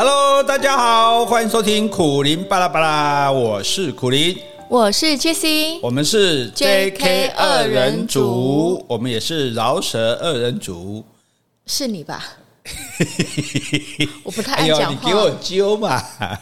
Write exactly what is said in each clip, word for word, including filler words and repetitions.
Hello， 大家好，欢迎收听苦苓巴拉巴拉，我是苦苓， 我是 Jessie， 我们是 J K 二人组，我们也是饶舌二人组， 是你吧？我不太爱讲话、哎、 你给我揪嘛。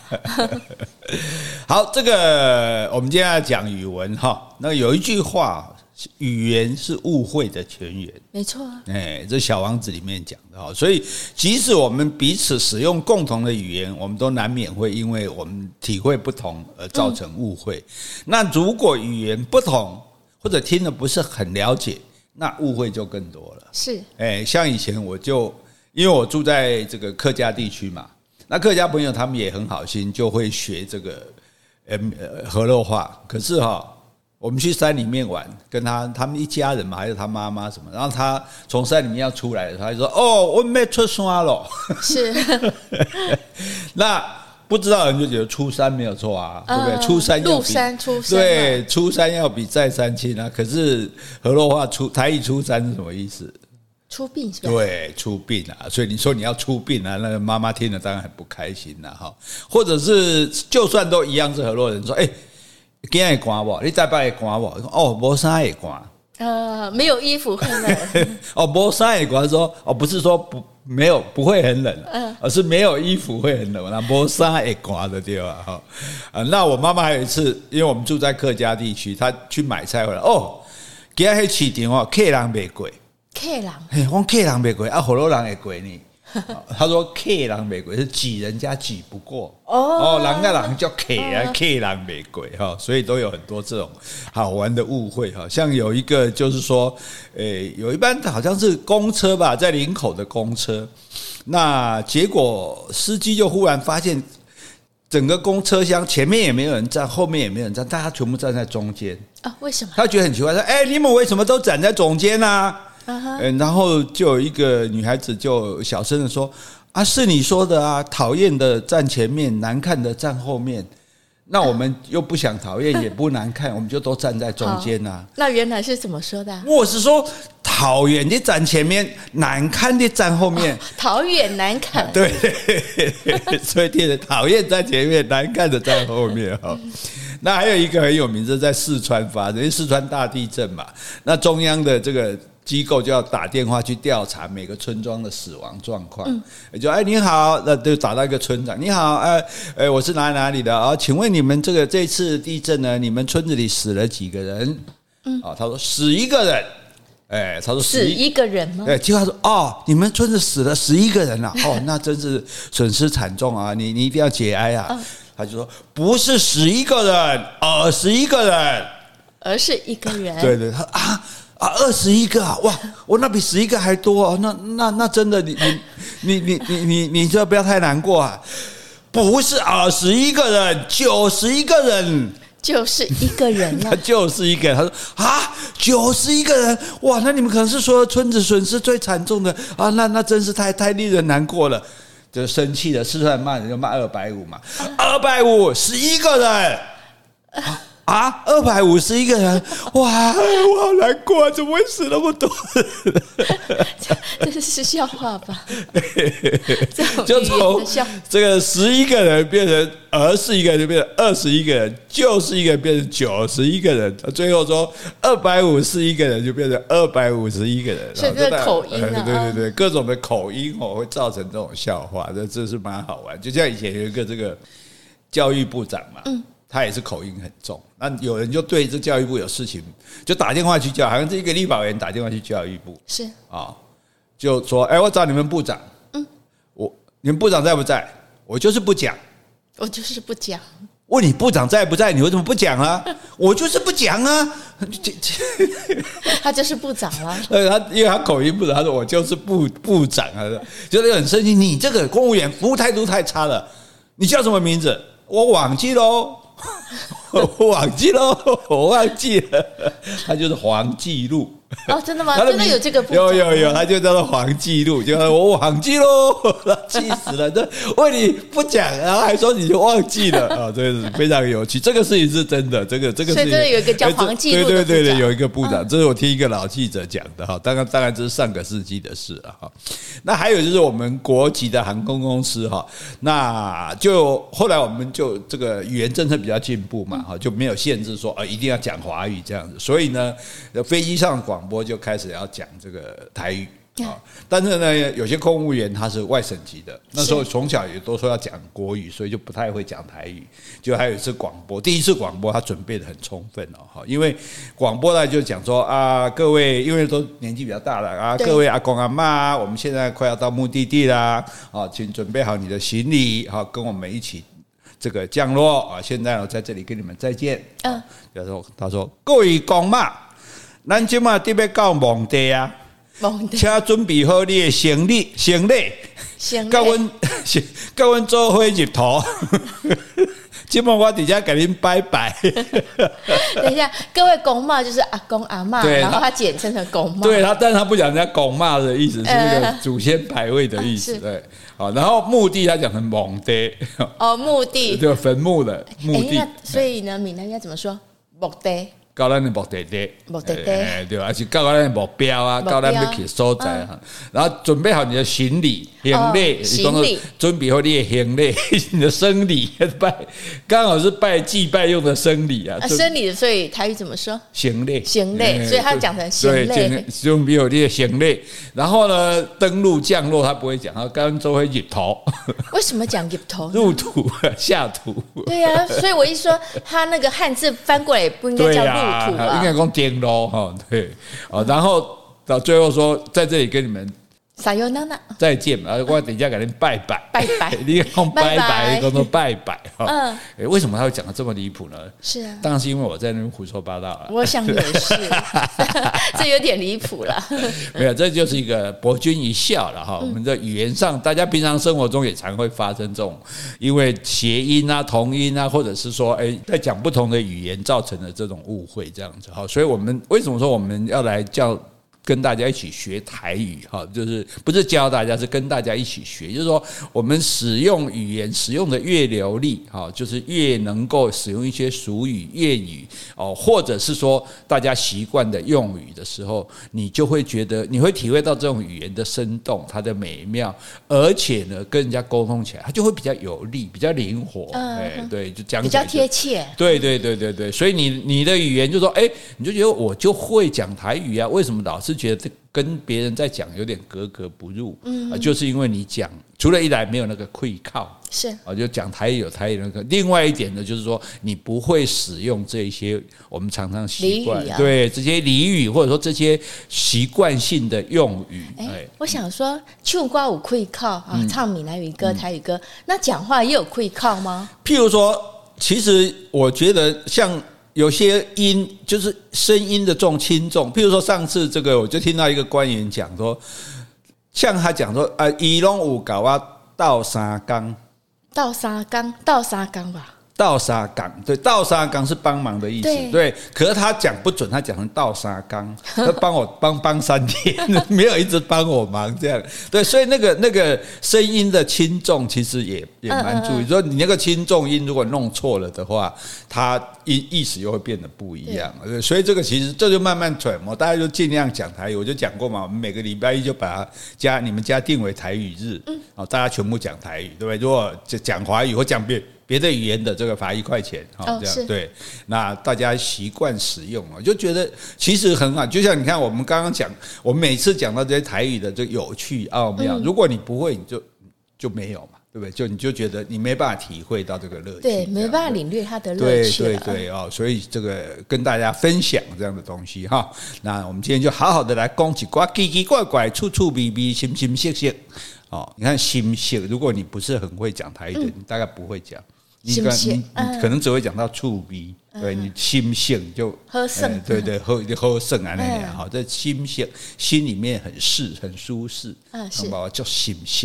好，这个我们今天要讲语文哈。那有一句话，语言是误会的泉源， 没错、啊。 哎，这小王子里面讲的哈。所以，即使我们彼此使用共同的语言，我们都难免会因为我们体会不同而造成误会。嗯、那如果语言不同，或者听得不是很了解，那误会就更多了。 是， 哎，像以前我就。因为我住在这个客家地区嘛，那客家朋友他们也很好心，就会学这个呃河洛话。可是哈、哦，我们去山里面玩，跟他他们一家人嘛，还有他妈妈什么，然后他从山里面要出来的时候，他就说：“哦，我没出山了。”是，那不知道的人就觉得出山没有错啊，对不对？出山要比入山出山， 对，出山要比在山轻啊。可是河洛话出台语出山是什么意思？ 出殡是吧？ 对，出殡啊，所以你说你要出殡啊，那个妈妈听了当然很不开心啦、啊、或者是就算都一样是河洛人，说哎，今天会寒不？你再拜会寒不？哦，没衫会寒。 呃，没有衣服会冷。 哦，没衫会寒，说哦，不是说不没有不会很冷，嗯、而是没有衣服会很冷，那没衫会寒的对吧？哈、啊，那我妈妈还有一次，因为我们住在客家地区，她去买菜回来，哦，今天去市场哦，客人没过。 客人， 我说客人没过啊，河洛人会过呢。他说客人没过是挤人家挤不过哦，人跟人叫客啊，客人没过哈，所以都有很多这种好玩的误会哈。像有一个就是说，诶，有一班好像是公车吧，在林口的公车，那结果司机就忽然发现整个公车厢前面也没有人站，后面也没有人站，大家全部站在中间啊？为什么？ 他觉得很奇怪，说：“哎，你们为什么都站在中间啊？” Uh-huh. 然后就有一个女孩子就小声的说：“啊，是你说的啊，讨厌的站前面，难看的站后面。那我们又不想讨厌，也不难看，我们就都站在中间啊。” 那原来是怎么说的、啊？ 我是说，讨厌的站前面，难看的站后面。哦、 讨厌难看， 对，所以听着讨厌站前面，难看的站后面哈。那还有一个很有名，是在四川发生，因为四川大地震嘛，那中央的这个机构就要打电话去调查每个村庄的死亡状况。嗯，就哎你好，那就打到一个村长，你好，哎哎我是哪里哪里的啊？请问你们这个这次地震呢？你们村子里死了几个人？嗯，啊，他说死一个人。哎，他说死一个人吗？ 对，结果他说哦，你们村子死了十一个人啊，哦，那真是损失惨重啊，你你一定要节哀啊。嗯，他就说不是十一个人，二十一个人， 而是一个人。 对对，他啊啊，二十一个啊，哇，我那比十一个还多啊，那那那真的，你你你你你你你就不要太难过啊，不是二十一个人，九十一个人。 就是一个人了， 他就是一个人。他说啊，九十一个人，哇，那你们可能是所有村子损失最惨重的啊，那那真是太太令人难过了，就生气了，四川骂人就骂二百五嘛，二百五十一个人啊，二百五十一个人，哇，我好难过啊，怎么会死那么多人？ 这是笑话吧？ 就从这个十一个人变成二十一个人，就变成二十一个人，就是一个人变成九十一个人，最后说二百五十一个人就变成二百五十一个人， 所以这个口音啊， 对对对，各种的口音哦会造成这种笑话，这这是蛮好玩。就像以前有一个这个教育部长嘛，嗯。他也是口音很重，那有人就对这教育部有事情，就打电话去叫，好像是一个立法委员打电话去教育部， 是啊，就说，哎，我找你们部长，嗯，我你们部长在不在？我就是不讲， 我就是不讲。 问你部长在不在？你为什么不讲啊？我就是不讲啊。 他就是部长了。 呃，他因为他口音不准，他说我就是部部长啊，就是很生气。你这个公务员服务态度太差了。你叫什么名字？我忘记喽。我忘记了，我忘记了，他就是黄记录， 哦，真的吗？真的有这个部长？ 有有有，他就叫做黄记录，就我忘记喽，气死了！这为你不讲，然后还说你就忘记了啊，这个是非常有趣。这个事情是真的，这个这个所以真的有一个叫黄记录的部长， 对对对对，有一个部长，这是我听一个老记者讲的哈。当然当然这是上个世纪的事了哈。那还有就是我们国籍的航空公司哈，那就后来我们就这个语言政策比较进步嘛哈，就没有限制说啊一定要讲华语这样子，所以呢，飞机上广播就开始要讲这个台语。啊，但是呢，有些公务员他是外省籍的，那时候从小也都说要讲国语，所以就不太会讲台语。就还有一次广播，第一次广播他准备的很充分哦，因为广播呢就讲说啊，各位因为都年纪比较大了啊，各位阿公阿嬷，我们现在快要到目的地啦，啊，请准备好你的行李，好，跟我们一起这个降落啊。现在我在这里跟你们再见。嗯，他说他说各位公妈，咱今嘛准备到目的啊。请准备好你的行李，行李，跟阮跟阮做伙入土。今晚我直接给您拜拜。 等一下，各位公妈就是阿公阿嬷，然后他简称成公妈。 对他，但是他不讲人家公妈的意思，是那个祖先牌位的意思。对，好，然后墓地他讲成墓地。哦， 墓地， 对，坟墓的墓地。 所以呢，闽南应该怎么说？墓地。 到咱的目的地， 目的地， 对吧？还是到咱的目标啊，到咱要去所在啊。然后准备好你的行李、行李， 行李， 准备好你的行李，你的生理拜，刚好是拜祭拜用的生理啊。 生理，所以台语怎么说？ 行李， 行李，所以他讲成行李。 准备好你的行李，然后呢，登陆降落他不会讲，他刚刚都会入土。 为什么讲入土？ 入土下土。 对呀，所以我一说他那个汉字翻过来不应该叫入。 啊，应该讲颠咯哈，对，然后到最后说，在这里跟你们撒由那那再见嘛，我等一下给您拜拜拜拜， 你讲拜拜，讲做拜拜哈。 嗯， 哎，为什么他会讲的这么离谱呢？ 是啊， 当然是因为我在那边胡说八道了。 我想也是，这有点离谱了。 没有，这就是一个博君一笑了哈。我们在语言上，大家平常生活中也常会发生这种，因为谐音啊、同音啊，或者是说，哎，在讲不同的语言造成的这种误会，这样子哈。所以我们为什么说我们要来叫？跟大家一起学台语哈，就是不是教大家，是跟大家一起学。就是说，我们使用语言使用的越流利哈，就是越能够使用一些俗语、谚语哦，或者是说大家习惯的用语的时候，你就会觉得，你会体会到这种语言的生动、它的美妙，而且呢，跟人家沟通起来，它就会比较有力、比较灵活。哎、嗯，对，就讲比较贴切。 对对对对对，所以你你的语言就说，哎，你就觉得我就会讲台语啊？为什么老是觉得跟别人在讲有点格格不入？嗯、啊，就是因为你讲，除了一来没有那个会靠， 是啊，就讲台语有台语那个。另外一点呢，就是说你不会使用这些我们常常习惯、啊、对这些俚语，或者说这些习惯性的用语。哎、欸， 我想说，唱歌有会靠啊，唱闽南语歌、嗯、台语歌，那讲话也有会靠吗？ 譬如说，其实我觉得像。有些音就是声音的重轻重，譬如说上次这个，我就听到一个官员讲说，像他讲说，啊，伊拢有搞我倒三缸， 倒三缸，倒三缸吧。 倒沙岗，对，倒沙岗是帮忙的意思， 对, 对。可是他讲不准，他讲成倒沙岗，他帮我帮帮三天，没有一直帮我忙这样，对，所以那个那个声音的轻重其实也也蛮注意，嗯嗯嗯说你那个轻重音如果弄错了的话，它意意思又会变得不一样，对，所以这个其实这就慢慢揣摩，大家就尽量讲台语，我就讲过嘛，我们每个礼拜一就把它加你们家定为台语日，嗯，大家全部讲台语，对不对？如果讲华语或讲别别的语言的这个罚一块钱，哦，这样对，那大家习惯使用了，就觉得其实很好。就像你看，我们刚刚讲，我们每次讲到这些台语的这有趣奥妙，如果你不会，你就就没有嘛，对不对？就你就觉得你没办法体会到这个乐趣， 对，没办法领略它的乐趣， 对对对哦，所以这个跟大家分享这样的东西哈。那我们今天就好好的来讲几卦奇奇怪怪、处处秘密、形形色色。哦，你看心色，如果你不是很会讲台语的，嗯、你大概不会讲。你可你你可能只会讲到触鼻，嗯、对你心性就喝剩、呃， 对对喝喝剩啊那样哈，这心性心里面很适很舒适，嗯、是，把我叫心性啊，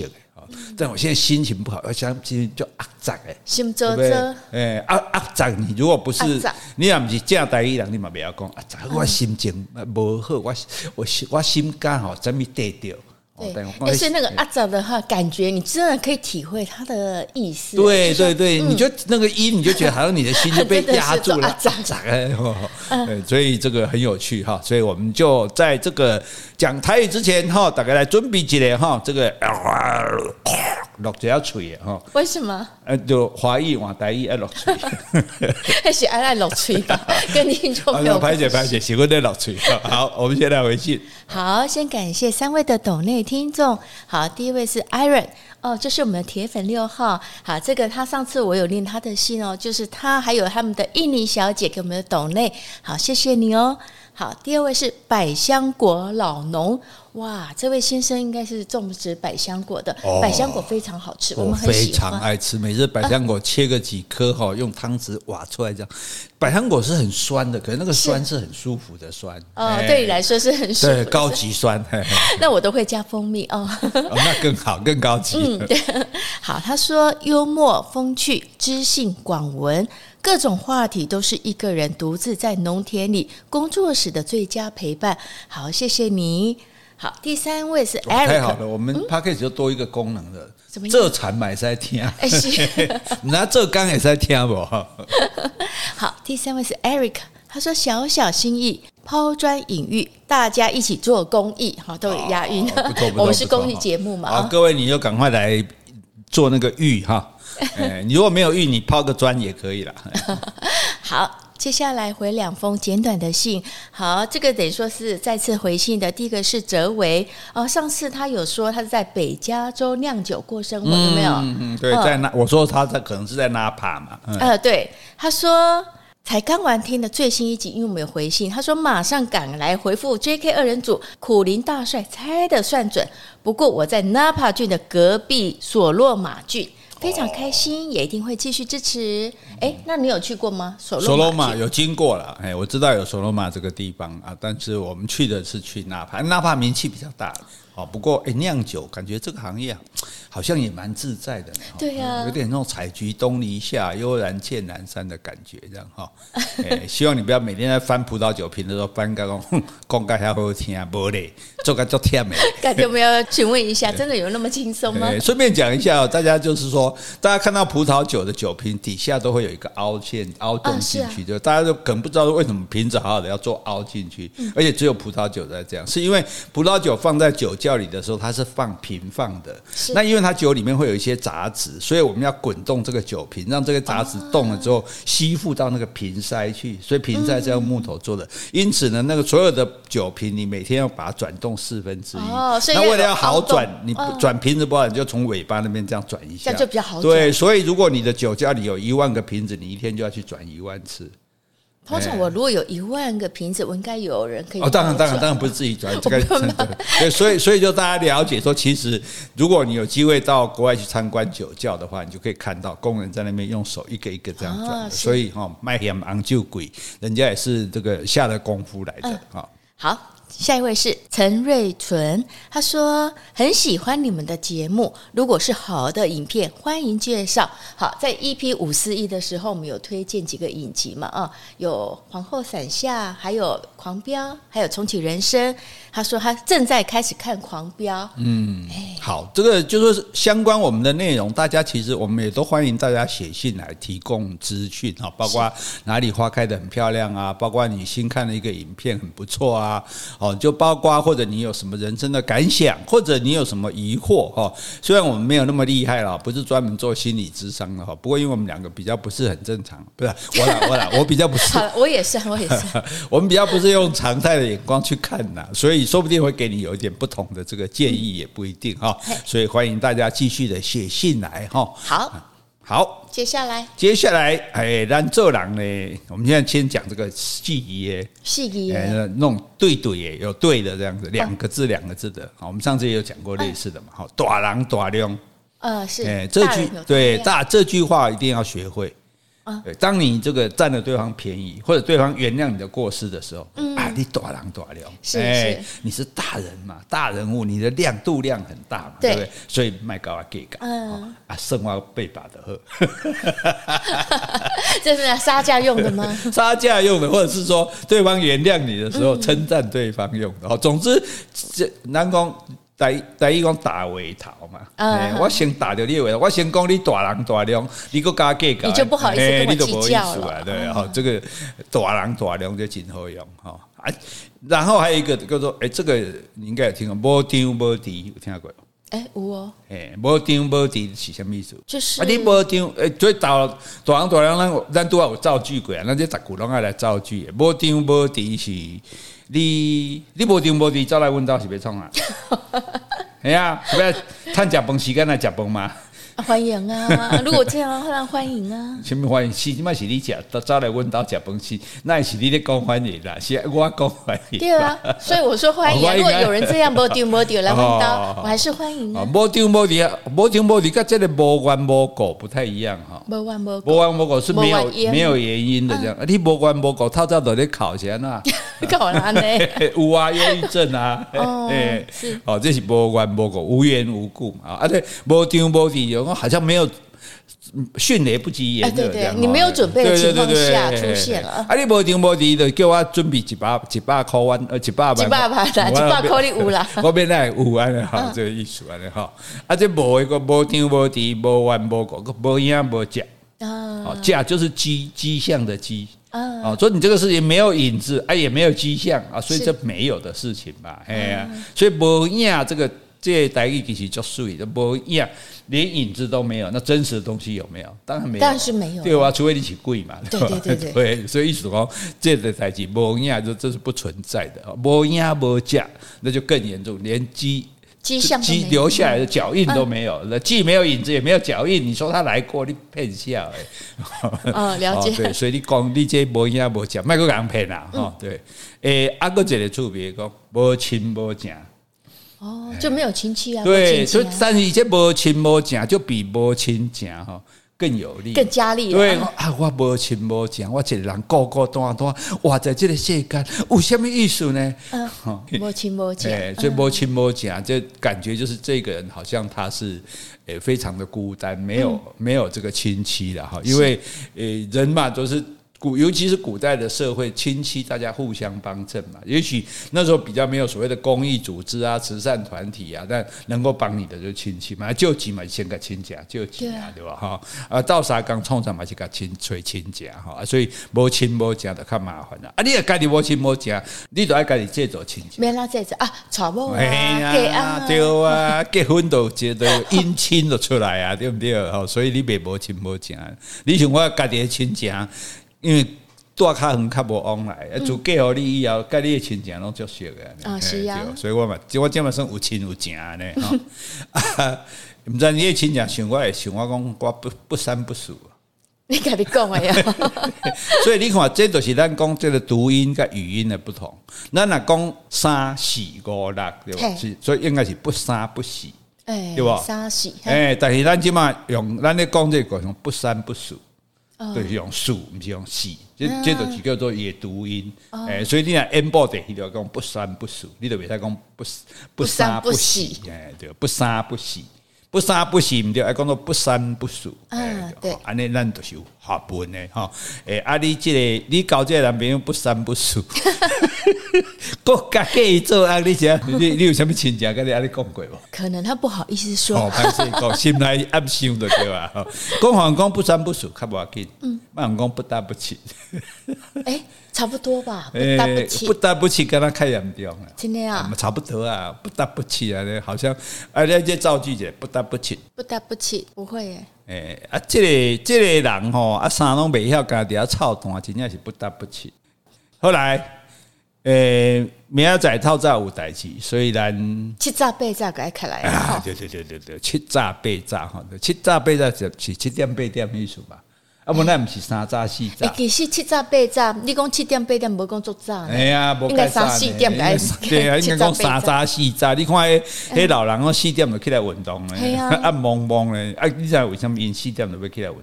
但我现在心情不好，我想今天就阿杂哎， 心啧啧， 哎阿阿杂，你如果不是你也不是正台语人，你嘛不要讲阿杂，我心情不好，我我我心肝吼怎么跌掉。 对，但是那个阿杂的话，感觉你真的可以体会它的意思。 对对对，你就那个音，你就觉得好像你的心就被压住了。阿杂，对，所以这个很有趣哈。所以我们就在这个讲台语之前哈，大家来准备一下哈，这个落一下嘴哈。 为什么？ 呃，就华语换台语爱落嘴， 还是爱来落嘴吧？跟听众朋友拍姐拍姐，喜欢在落嘴。好，我们先来回信。 好，先感谢三位的斗内听众。好，第一位是 Iron 哦，这是我们的铁粉六号。好，这个他上次我有念他的信哦，就是他还有他们的印尼小姐给我们的斗内。好，谢谢你哦。好，第二位是百香果老农。哇，这位先生应该是种植百香果的，哦、百香果非常好吃，我们很喜欢， 非常爱吃。每次百香果切个几颗哈，用汤匙挖出来这样。百香果是很酸的，可是那个酸是很舒服的酸。 哦，对你来说是很舒服的， 对，高级酸。 那我都会加蜂蜜哦。 哦，那更好，更高级。 嗯，对。好，他说幽默风趣、知性广文。各种话题都是一个人独自在农田里工作时的最佳陪伴。好，谢谢你。好，第三位是 Eric， 太好了，我们 Podcast 就多一个功能了。这产买在听， 哎是， 那这刚也在听不？ 好，第三位是 Eric， 他说小小心意，抛砖引玉，大家一起做公益，好，都有押韵。 哦、不错不错， 我们是公益节目嘛。 好，各位你就赶快来做那个玉哈。欸、你如果没有玉，你抛个砖也可以啦。 好，接下来回两封简短的信。好，这个等于说是再次回信的。第一个是哲维哦，上次他有说他是在北加州酿酒过生活，有没有？ 嗯嗯，对，在那、嗯、我说他在可能是在纳帕嘛。 嗯、呃，对，他说才刚完听的最新一集，因为我们有回信，他说马上赶来回复 J K 二人组，苦林大帅猜得算准。不过我在纳帕郡的隔壁索洛马郡。非常开心，也一定会继续支持。哎，那你有去过吗？索索罗马有经过了，哎，我知道有索罗马这个地方啊，但是我们去的是去纳帕，纳帕名气比较大。哦，不过哎，酿酒感觉这个行业啊，好像也蛮自在的呢。 对啊， 有点那种采菊东篱下，悠然见南山的感觉，这样哈。哎，希望你不要每天在翻葡萄酒瓶的时候翻个讲讲个还好听，不嘞，做个做甜的。 感觉我们要询问一下，真的有那么轻松吗？ 顺便讲一下哦，大家就是说，大家看到葡萄酒的酒瓶底下都会有一个凹陷、凹洞进去，就、啊啊、大家都可能不知道为什么瓶子好好的要做凹进去，嗯、而且只有葡萄酒在这样，是因为葡萄酒放在酒窖里的时候，它是放平放的。那因为它酒里面会有一些杂质，所以我们要滚动这个酒瓶，让这个杂质动了之后吸附到那个瓶塞去。所以瓶塞是用木头做的，嗯、因此呢，那个所有的酒瓶你每天要把它转动四分之一。哦，所以那为了要好转，你转瓶子不好，你就从尾巴那边这样转一下， 这样就比较好转。 对，所以如果你的酒窖里有一万个瓶子，你一天就要去转一万次。 通常我如果有一万个瓶子，我应该有人可以哦，当然当然当然不是自己转，这个对，所以所以就大家了解说，其实如果你有机会到国外去参观酒窖的话，你就可以看到工人在那边用手一个一个这样转、哦、所以哈，卖盐昂就贵，人家也是这个下了功夫来的哈、嗯。 好。下一位是陈瑞纯，他说很喜欢你们的节目，如果是好的影片欢迎介绍。好，在 E P 五四一的时候我们有推荐几个影集嘛，啊，有皇后伞下，还有狂飙，还有重启人生。他说他正在开始看狂飙。 嗯，好，这个就是相关我们的内容，大家其实我们也都欢迎大家写信来提供资讯，包括哪里花开得很漂亮啊，包括你新看了一个影片很不错啊，哦，就包括或者你有什么人生的感想，或者你有什么疑惑哈。虽然我们没有那么厉害啦，不是专门做心理咨商的哈，不过因为我们两个比较不是很正常，不是我啦我啦，我比较不是， 我也是，我也是， 我们比较不是用常态的眼光去看呐，所以说不定会给你有一点不同的这个建议，也不一定哈。所以欢迎大家继续的写信来哈。 好。 好， 接下来， 接下来，哎，咱做人呢，我们现在先讲这个戏耶， 戏耶， 哎，那种对对耶，有对的这样子，两个字两个字的，好，我们上次也有讲过类似的嘛，好，大人大量， 呃，是， 哎，这句对大这句话一定要学会， 对，当你这个占了对方便宜，或者对方原谅你的过失的时候，嗯、啊，你大人大量， 是是、欸， 你是大人嘛，大人物，你的量度量很大嘛，对, 对不对？所以卖高啊给高，嗯、哦、啊，剩我被把的喝， 这是杀价用的吗？ 杀价用的，或者是说对方原谅你的时候称赞、嗯、对方用的。哦，总之，这咱讲。台台语讲大尾头嘛，嗯欸、我先打掉你尾头，我先讲你大人大量，你搁加计较， 你就不好意思跟我计较了。 欸、对，哈、嗯，这个大人大量就真好用哈。啊，然后还有一个叫做，哎、欸，这个你应该有听过，无张无弛，有听过？ 哎、欸，有哦。 哎、欸，无张无弛是什么意思？ 就是啊，你无张，哎、欸，所以大大人大量，咱咱都要有造句过啊，咱这十句拢爱来造句的。无张无弛是。你你无张无弛走来阮兜是要创啊？系啊，是要趁食饭时间来食饭吗？ 啊、欢迎啊！如果这样的话，欢迎啊！ 什么欢迎？是即摆是你食，走来阮兜食饭时，那是你咧讲欢迎啦，是我讲欢迎。 对啊，所以我说欢迎、啊。如果有人这样无张无弛来阮兜，我还是欢迎啊。 无张无弛，无张无弛，跟这个无缘无故不太一样哈。 无缘无故， 无缘无故是没有没有原因的这样。啊、你无缘无故，透早就咧考先啊。 考哪呢？ 有啊，忧郁症啊。 哦， 欸、 是哦，这是无缘无故，无缘无故啊。而且无张无弛，有好像没有。迅雷不及掩耳， 对对，你没有准备的情况下出现了。 啊，你无张无弛的，叫我准备一百一百块万，呃，一百万， 一百万啦，一百块你有啦。 我变来有安尼哈，这个意思安尼哈。啊，这无一个无张无弛，无缘无故，无影无迹啊。迹就是迹迹象的迹啊。所以你这个事情没有影子啊，也没有迹象啊，所以这没有的事情嘛。哎呀，所以无影这个。这台语其实就水的，无影，连影子都没有。那真实的东西有没有？当然没有， 当然是没有。 对啊，除非你是鬼嘛。 对对对 对, 对，所以意思讲，这个代志无影，这这是不存在的。无影无迹，那就更严重，连迹迹象迹留下来的脚印都没有，那、嗯、既没有影子也没有脚印。你说他来过，你骗笑哎。 哦，了解。 哦、对，所以你讲你这无影无迹，莫个人骗啦。哈、嗯，对。诶，啊，个一个区别讲，无亲无情。 哦，就没有亲戚啊。 对， 啊、 所以但是这无亲无情就比无亲情哈更有力， 更加力。 对啊，我无亲无情，我一个人孤孤单单活在这个世间，有什么意思呢？ 嗯，无亲无情， 所以无亲无情，这感觉就是这个人好像他是诶非常的孤单，没有、嗯、没有这个亲戚了哈，因为诶人嘛都是。古尤其是古代的社会，亲戚大家互相帮衬嘛。也许那时候比较没有所谓的公益组织啊、慈善团体啊，但能够帮你的就是亲戚嘛，救急嘛，先个亲家救急啊，对吧？哈啊，到啥刚冲上嘛是个亲催亲家哈，所以无亲无家就较麻烦啦。啊，你也家己无亲无家，你就爱家己制作亲戚。 免啦，制作啊，娶某啊， 结啊，对啊，结婚都结都姻亲就出来啊，对不对？哈，所以你别无亲无家，你像我家己的亲家。因为大较远较无往来，自嫁互你以后，甲你的亲情拢足熟的。 啊，是啊， 所以我嘛，我这嘛算有亲有情呢。哈，唔知你的亲情想我会想我讲，我不不三不四。 你家己讲的呀。 所以你看，这就是咱讲这个读音跟语音的不同。咱若讲三四五六，对吧？所以应该是不三不四， 欸、 对吧？ 三四。 哎、欸，但是咱即嘛用咱咧讲这个不三不四。对，是用数，不是用四，这这就是叫做也读音。哎、欸，所以你若 N 报地，你就讲不三不四，你就袂使讲不不三不四，哎，对，不三不四，不三不四，唔对，爱讲做不三不四。 嗯，对， 安尼咱就是有学问的哈。诶，啊，你这个你交这个男朋友不三不四，国家给伊做啊，你讲你你有什么亲戚跟你安尼讲过无？ 可能他不好意思说。 哦，歹势讲，心内暗想就对啊。讲好讲不三不四，较无要紧。嗯，慢讲不搭不起。 哎，差不多吧，不搭不起。 不搭不起，跟他太严重了。 真的啊？ 差不多啊，不搭不起啊，好像啊，那这造句者不搭不起。 不搭不起，不会耶。 诶、欸、啊，这个这个人吼啊，啥拢袂晓，家己啊操蛋，真正是不搭不起。后来，诶、欸，明仔载透早有代志，所以咱七早八早该起来啊，对对对对对，七早八早吼，七早八早就是七点八点意思吧。啊，无咱毋是三早四早。 其实七早八早，你讲七点八点，无讲足早呢。 哎呀， 应该三四点来。 对啊，应该讲三早四早。你看迄迄老人，我四点就起来运动咧，啊懵懵咧。啊，你知为什么因四点就要起来运动？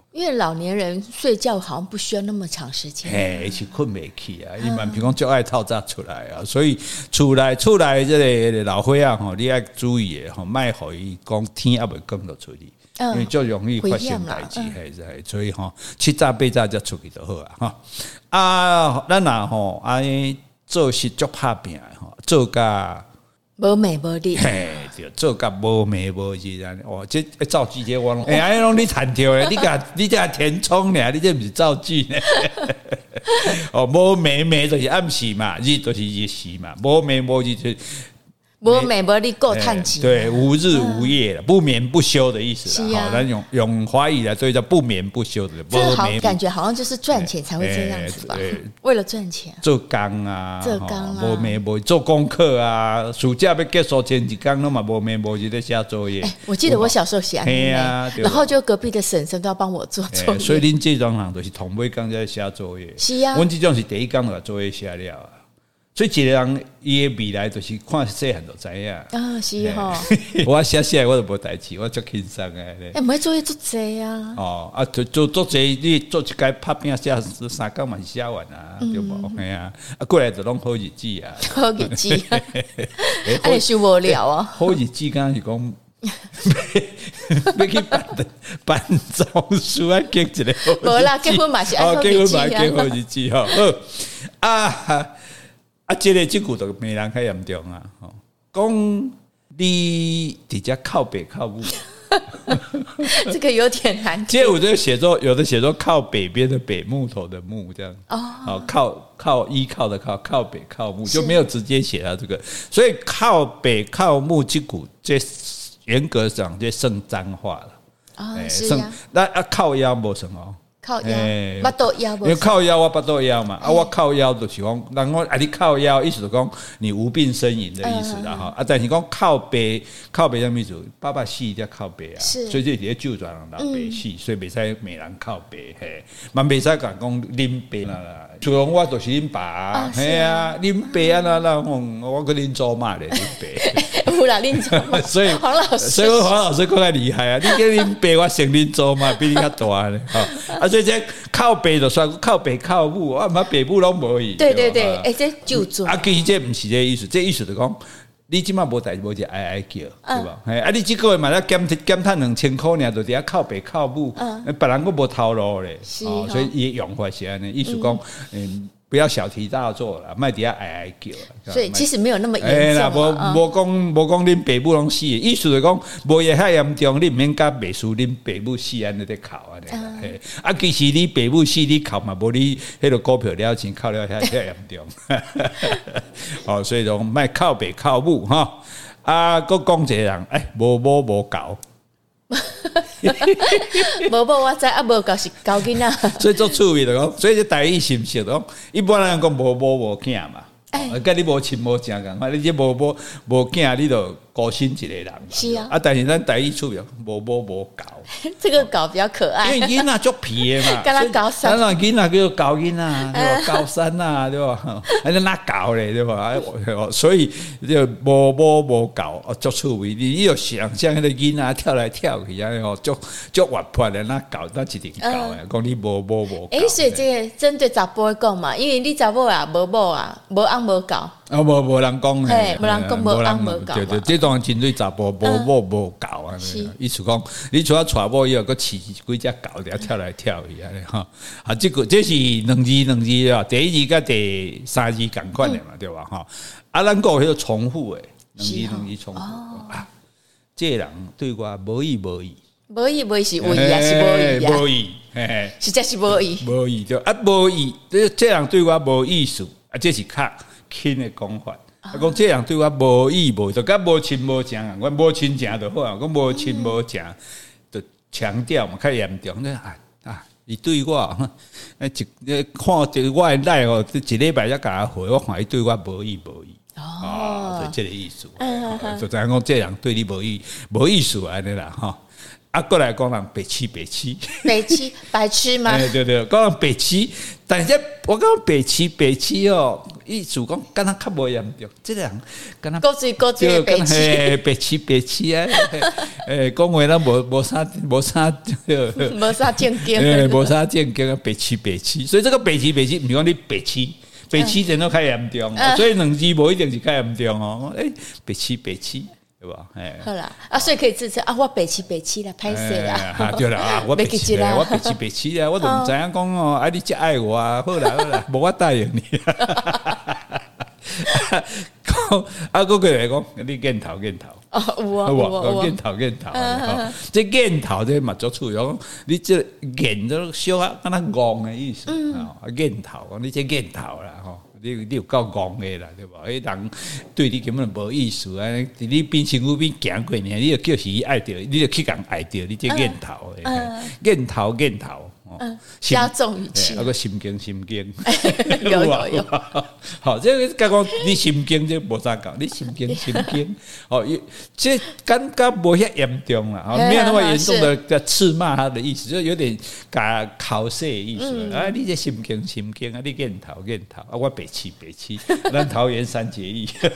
因为老年人睡觉好像不需要那么长时间， 嘿，是困袂去啊，伊蛮比讲就爱透早出来啊，所以出来出来这个老伙仔吼，你要注意的吼，莫互伊讲天还未光就出去，因为就容易发生代志，嘿，是，所以吼七早八早才出去就好啊，哈啊，咱若吼安尼做事足拍拼的吼，做甲。 无美无力， 嘿，对，做甲无美无力安尼，哦，这造句这我拢，哎，安尼拢你弹跳诶，你甲你甲填充俩，你这不是造句呢？哦，无美美就是暗时嘛，日就是日时嘛，无美无力就。 无美无力够叹气， 对，无日无夜的，不眠不休的意思啦。好，咱用用华语来对叫不眠不休的。 这好感觉好像就是赚钱才会这样子吧？为了赚钱， 做工啊， 做工啊， 无眠无做功课啊，暑假要结束前一天，那嘛无眠无日在写作业。 我记得我小时候写安尼呢，然后就隔壁的婶婶都要帮我做作业。 所以恁这种人都是同尾工在写作业。 是啊， 阮这种是第一工就把作业写了啊。所以一个人伊的未来就是看细汉就知影啊，是吼。 我写写我都无代志，我足轻松诶。 哎，唔会作业做济啊。 哦，啊，做做做济，你做一届拍拼写三工嘛是写完啊，对无？嘿啊，啊过来就拢好日子啊， 好日子啊，哎，受无了啊。 好日子刚是讲。要去办办证书啊，结一个好日子。 无啦，结婚嘛是爱好日子啊。 结婚嘛结好日子吼。啊。啊，这个这句就没人较严重啊！吼，讲你直接靠北靠母， 这个有点难。 这我就写作，有的写作靠北边的北木头的木这样哦，好靠靠依靠的靠靠北靠木就没有直接写到这个，所以靠北靠木这股这严格讲这算脏话了啊，是啊， 那啊靠腰无什么。 靠腰，巴肚腰，因为靠腰我巴肚腰嘛，啊我靠腰就是讲，人讲啊你靠腰，意思就讲你无病呻吟的意思啦哈，啊但是讲靠背，靠背什么意思？爸爸死才靠背啊，所以这底下旧转人老背死，所以袂使每人靠背嘿，嘛袂使讲讲啉背啦啦，就讲我就是恁爸，嘿啊啉背啊那那讲我跟恁祖妈咧啉背， 有啦恁祖妈， 所以黄老师， 所以黄老师更加厉害啊，你跟恁爸我成恁祖妈比你较大咧，啊。所以这靠北就算靠北靠母，啊妈北部拢无去。 对对对，哎，这就做。 啊，其实这不是这意思，这意思就讲，你即马无代志无就哀哀叫，对吧？哎，啊，你即个月嘛，要减减赚两千块尔，就伫遐靠北靠母，别人佫无头路咧，哦，所以伊用法是安尼，意思讲，嗯。不要小题大做了，卖底下哀哀叫。 所以其实没有那么严重。 无无讲无讲恁爸母拢死，意思就讲无会遐严重，你毋免甲袂输恁爸母死安尼在哭安尼。啊，其实你爸母死你哭嘛，无你迄个股票了钱哭了遐遐严重。哦，所以讲卖靠爸靠母哈。啊，佫讲一个人，哎，无母无狗。 无无我知啊，无狗是狗囡仔， 所以做趣味的讲，所以这台语是不是讲一般人讲无母无囝嘛？哎，跟你无亲无情共，你这无母无囝，你就孤身一个人。 是啊， 啊，但是咱台语趣味无母无狗， 这个狗比较可爱， 因为囡仔足皮的嘛， 跟他高山， 咱囡仔叫高囡仔，对吧？高山呐，对吧？还是那狗嘞，对吧？所以就无母无狗，哦，足趣味。你有想象那个囡仔跳来跳去啊，哦，足足活泼的那狗，那一定狗诶，讲你无母无狗。 哎，所以这个针对查甫讲嘛，因为你查某啊，无某啊，无翁无狗。 啊，无无人讲诶，无人讲无翁无狗。 对对，这段针对查甫无某无狗啊，意思讲，你除了娶某以后，佮饲几只狗，伫遐跳来跳去啊，哈。啊，这个这是两字两字啊，第一字佮第三字共款的嘛，对吧？哈。啊，咱讲迄个重复诶，两字两字重复啊。这人对我无意无意， 无意无意是有意啊，是无意啊？ 无意，嘿， 实在是无意， 无意对啊，无意，这这人对我无意思啊，这是较轻的讲法。啊，讲这样对我无意无，就甲无亲无情啊，我无亲情就好啊，讲无亲无情，就强调嘛，较严重咧啊啊！伊对我，啊一看着我来哦，一礼拜才甲我回，我看伊对我无意无意哦，就这个意思。就知影讲这样对你无意无意思安尼啦吼。 啊，过来讲人白痴白痴， 白痴白痴吗？ 哎，对对，讲人白痴，但是我讲白痴白痴哦，意思讲敢若较无严重，这个人敢若勾嘴勾嘴白痴， 白痴白痴啊！诶，讲话咱无无啥无啥， 无啥正经， 诶，无啥正经啊，白痴白痴，所以这个白痴白痴，唔是讲你白痴。白痴真都较严重，嗯、所以两字无一定是较严重哦。诶、欸，白痴白痴，对吧？哎， 好啦，啊，所以可以自称啊，我白痴白痴啦，歹势啦， 啊，对啦，啊，我白痴啦，我白痴白痴啦，我都唔知影讲哦，啊，你真爱我啊，好啦好啦，无我答应你。讲啊，嗰句嚟讲，你鏡頭鏡頭， 哦，有啊有啊有啊， 鏡頭鏡頭，即鏡頭即嘛足處講，你即鏡都小啊，敢若戇嘅意思，啊鏡頭，你即鏡頭啦，吼，你你有夠戇嘅啦，對吧？迄人對你根本無意思啊，你邊身軀邊行過呢，你就叫是愛着，你就去共愛着，你即鏡頭嘅，鏡頭鏡頭。 嗯，加重語氣， 那個心經心經， 有有有， 好，這個甲講你心經這無啥講，你心經心經，哦，這感覺無遐嚴重啦，沒有那麼嚴重的斥罵他的意思，就有點加考試的意思。啊，你這心經心經啊，你鏡頭鏡頭，啊，我白痴白痴，咱桃園三結義，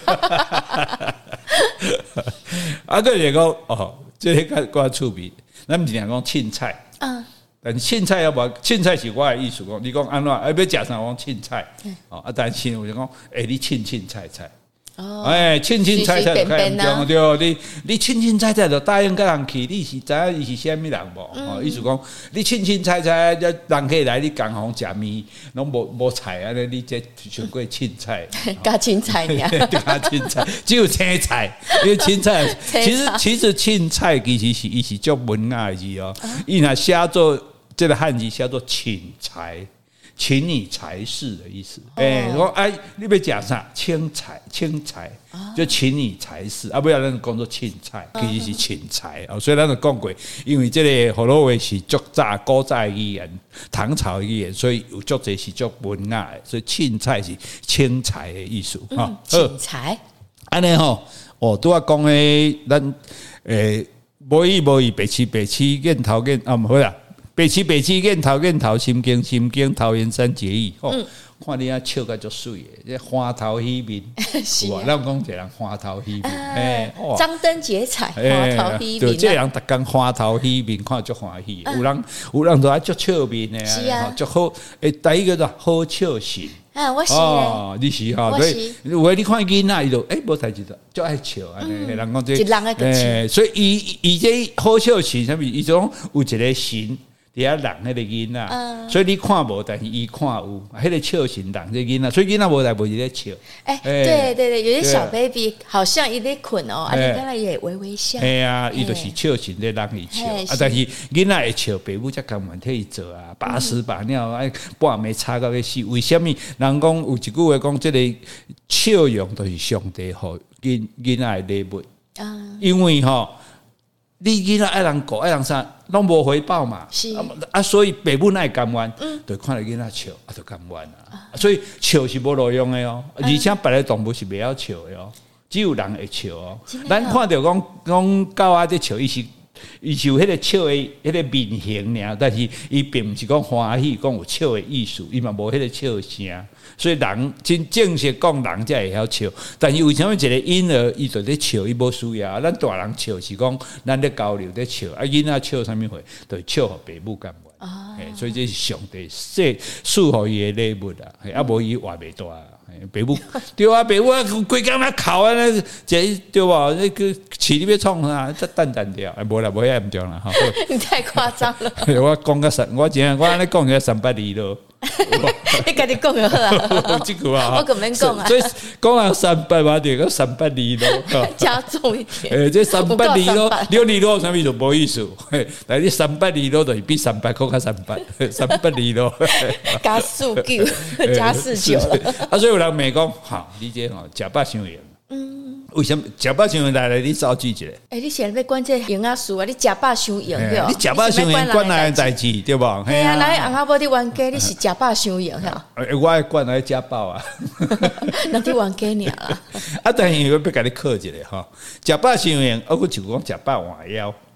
啊，個就講哦，這個較趣味，咱唔是講凊彩，嗯。但凊彩要無凊彩是我的意思講，你講安怎？要要食啥？我講凊彩，哦，啊，但是我就講，誒，你凊凊彩彩，哦，誒，凊凊彩彩就較嚴重對，你你凊凊彩彩就答應甲人去，你是知影伊是啥物人無？哦，意思講，你凊凊彩彩，人客來你共行食麵，攏無無菜安尼，你這全過凊彩， 加凊彩爾， 加凊彩，只有青菜，因為凊彩，其實其實凊彩其實是伊是足文雅的字哦，伊若寫做。這個漢字叫做請財，請你財事的意思。哎、哦，我哎，你要食啥？請財，請財，就請你財事。啊，不要咱講做凊彩，其實是請財。哦，所以咱就講過，因為這個河洛話是足早古早的語言，唐朝的語言，所以有足濟是足文雅的，所以凊彩是請財的意思。哈、嗯， 請財。 安尼吼，哦，拄啊講誒，咱誒無意無意白痴白痴，見頭見啊，唔好啦。白痴白痴，見頭見頭，心經心經，桃園三結義。哦，嗯、看你啊笑甲足水誒，這花頭喜面，是啊，咱講一個人花頭喜面，哎， 張燈結彩，花頭喜面， 對，這人逐工花頭喜面，看足歡喜。有人有人都愛足笑面誒， 是啊， 足好。誒，第一個就好笑型。 啊，我是哦，你是哈，所以有誒你看囡仔伊就誒無代誌就足愛笑安尼，人講這， 一人一個笑， 所以伊伊這好笑型，啥物？伊種有一個神。底下人迄個囡仔，嗯、所以你看無，但是伊看有，迄、那個笑型人這囡仔，所以囡仔無來無就在笑。 哎、欸，對對對，有些小 baby 好像伊在困哦，啊，你剛才也微微笑。哎啊，伊就是笑型在讓伊笑，啊，但是囡仔會笑，爸母才甘願替伊做啊，把屎把尿，哎，半暝吵到要死。為什麼？人講有一句話講，這個笑容都是上帝互囡囡仔的禮物，嗯、因為吼。你囡仔愛人顧愛人啥，攏無回報嘛，是啊，所以爸母哪會甘願，嗯、就看到囡仔笑，啊，就甘願啊。所以笑是無路用的哦，而且別個動物是袂曉笑的哦，只有人會笑哦。咱看到講講狗仔在笑，伊是伊是有迄個笑的迄個面型爾，但是伊並毋是講歡喜，講有笑的意思，伊嘛無迄個笑聲。所以人真正式講人才會曉笑，但是為什麼一個嬰兒伊就咧笑，伊無需要？咱大人笑是講咱咧交流咧笑，啊囡仔笑啥物貨，就笑互爸母甘願。哦，所以這是上帝賜賜互伊的禮物啦，啊無伊活袂大。爸母對啊，爸母啊，規工咧哭啊，這對吧？那個飼你要創啥？這蛋蛋掉，無啦，無遐嚴重啦。 你太誇張了。 我講個神，我真我安尼講個三八二咯。 你家己講就好啊。 這句啊， 我咁樣講啊。 所以講啊三八嘛，就個三八二咯。 加重一點。 誒，這三八二咯，六二咯，啥物就無意思。但係你三八二咯，就是比三八更加三八，三八二咯。 加四九，加四九了。 啊，所以有人咪講，好，你這吼食飽傷閒。嗯，為什麼食飽傷閒來來？你找記一下。誒，你現在要管這營養素啊？你食飽傷閒對吧？ 你食飽傷閒管哪個代志對吧？ 係啊，來紅阿婆啲冤家，你是食飽傷閒嚇？ 我愛管來食飽啊。 那啲冤家爾啦。 啊，但係我要甲你考一下吼，食飽傷閒，我佫就講食飽換枵。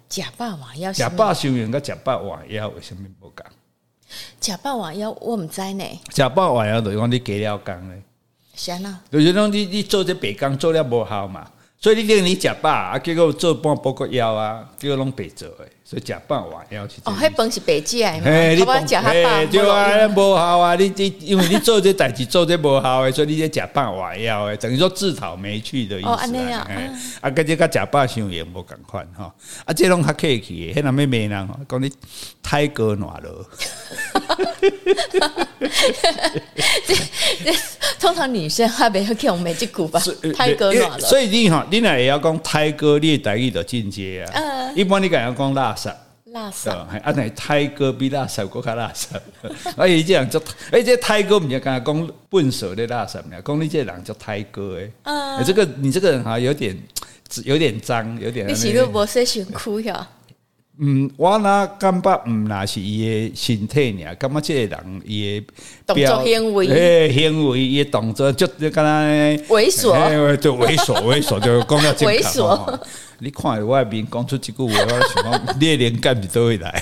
食饱换枵， 食饱伤用甲食饱换枵为什么无共？ 食饱换枵我毋知呢。 食饱换枵就是讲你加了工咧， 是安那？ 就是讲你你做这白工做了无效嘛，所以你等于你食饱啊，结果做半补个枵啊，结果拢白做诶，所以食饱换枵是。 哦，迄饭是白食诶嘛， 嘿， 好食较饱。 对啊，无效啊！你你因为你做这代志做这无效诶，所以你在食饱换枵诶，等于说自讨没趣的意思。 哦，安尼啊， 啊，跟这个食饱伤用无共款吼，啊，这拢较客气诶，迄那咩骂人吼，讲你胎哥暖了。 这这通常女生还没有给我们这句吧？胎哥暖了， 所以你哈，你若会晓讲胎哥，你的台语就进阶啊。嗯，一般你敢要讲垃圾， 垃圾， 啊，那胎哥比垃圾更较垃圾。而且这样做，而且胎哥不是刚才讲笨手的垃圾呢，讲你这人叫胎哥哎。嗯，这个你这个人哈有点有点脏，有点。 你是都无说想哭呀？ 嗯，我那感觉唔那是伊的身体尔，感觉这个人伊的动作行为， 诶，行为伊的动作就就敢若猥琐， 就猥琐猥琐，就讲到正猥琐。 你看我的面讲出这句话，我想讲你的灵感是倒会来。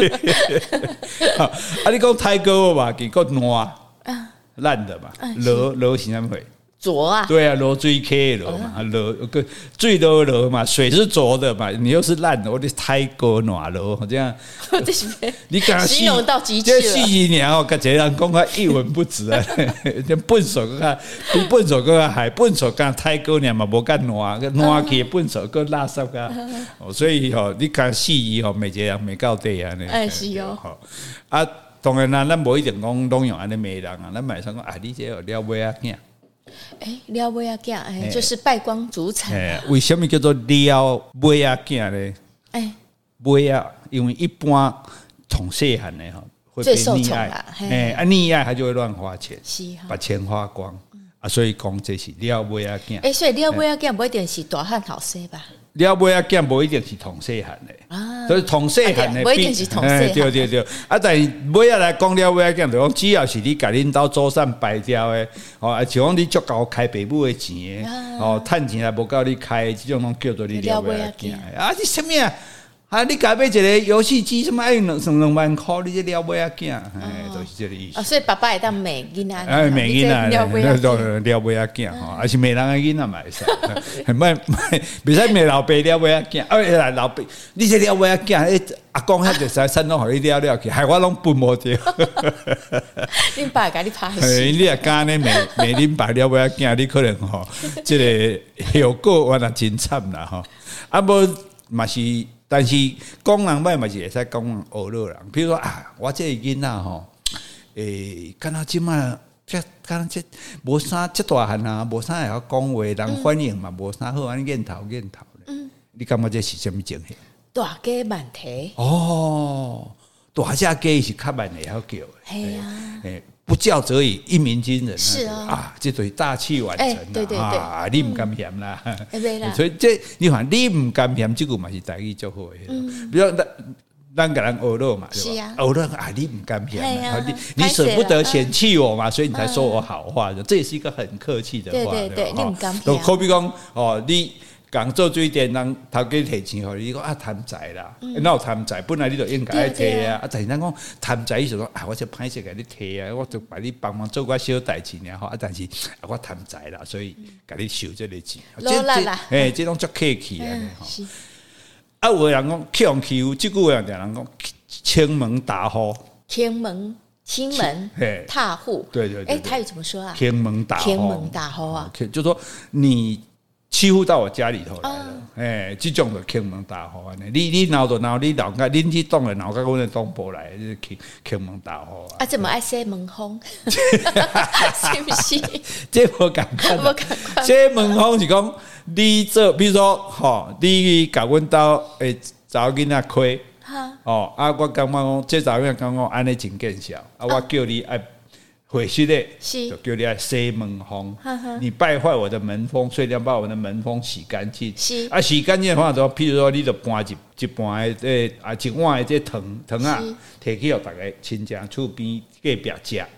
啊，你讲泰哥嘛，结果烂烂的嘛，落落是怎会？ 浊啊， 对啊，落水溪落嘛，落个水都落嘛，水是浊的嘛，你又是烂的，我的太过暖落，这样，你刚形容到极致了，这四字年哦，跟这人讲话一文不值啊，笨手个比笨手个还笨手干太过年嘛，无干暖，暖起笨手个垃圾个，所以吼，你看四字吼，每个人没到底啊， 哎是哦， 啊，当然啦，咱无一定讲拢用安尼骂人啊，咱买上讲啊，你这有了尾啊囝。 哎，了尾仔囝，哎，就是败光祖产。 哎，为什么叫做了尾仔囝呢？哎，尾仔，因为一般宠细汉的哈，会被溺爱，哎，啊溺爱他就会乱花钱，把钱花光啊，所以讲这是了尾仔囝。 哎，所以了尾仔囝不一定是大汉好生吧？ 了尾仔囝无一定是同细汉的，所以同细汉的不一定是同细汉。 对对对，啊，但是尾仔来讲了尾仔囝，就讲只要是你甲恁兜祖产败掉的，哦，啊，像讲你足够开爸母的钱的，哦，趁钱也无够你开，这种拢叫做你了尾仔囝。啊，你什么啊？啊！你改买一个游戏机，什么爱两两两万块，你这了尾仔囝，哎，就是这个意思。 啊，所以爸爸会当骂囡仔， 哎，骂囡仔，了尾仔囝吼，还是骂人的囡仔嘛会使，卖卖，袂使骂老爸了尾仔囝。哎，老爸，你这了尾仔囝，哎，阿公遐就使山东互你了了去，害我拢分无着。 恁爸甲你拍死。 你也敢呢骂骂恁爸了尾仔囝，你可能吼，这个后果原来真惨啦吼。啊，无嘛是。但是讲人歹嘛是会使讲人恶乐人，比如说啊，我这个囡仔吼，诶，敢若即马这敢若这无啥这大汉啊，无啥会晓讲话，人反应嘛无啥好，安尼瘾头瘾头咧。嗯，你感觉这是什么情形？ 大家慢提哦，大只鸡是较慢会晓叫的。 系啊， 诶。不教则已，一鸣惊人。 是啊， 啊，这对大器晚成啊！ 对对对， 啊，你唔甘嫌啦， 啦所以这你看，你唔甘嫌，这个嘛是台语最好的。嗯，比如咱咱给人学乐嘛，对吧？学乐啊，你唔甘嫌，你你舍不得嫌弃我嘛，所以你才说我好话的，这也是一个很客气的话。 对对对，你唔甘嫌。 都可比讲哦，你。讲做水电，人头家提钱互你，讲啊贪财啦，哪有贪财？本来你就应该摕啊，啊！但是咱讲贪财，意思讲啊，我就歹势甲你摕啊，我就把你帮忙做个小代志尔吼，啊！但是啊，我贪财啦，所以甲你收这个钱。 落力啦， 诶，这种足客气啊！吼，啊，有人讲欺人欺负，即句话人讲清门大户， 清门。亲门踏户， 对对对， 哎，台语怎么说啊？ 清门大户， 清门大户啊， 就说你。欺负到我家里头来了，哎、欸，这种就坑门大户安尼。你你闹就闹，你闹甲恁去动的闹甲阮的动不来，就是坑坑门大户啊。 啊，怎么爱洗门风？是不是？ 这无共款，无共款。 洗门风是讲你做，比如说，吼，你甲阮兜诶查某囡仔亏，哦，啊，我感觉讲这查某囡仔讲讲安尼真见效，啊，我叫你爱。回去的，就叫你爱洗门风。你败坏我的门风，所以你要把我的门风洗干净。啊，洗干净的方法，就譬如说，你就搬一一盘的这啊一碗的这糖糖啊，摕去互大家亲戚厝边隔壁食。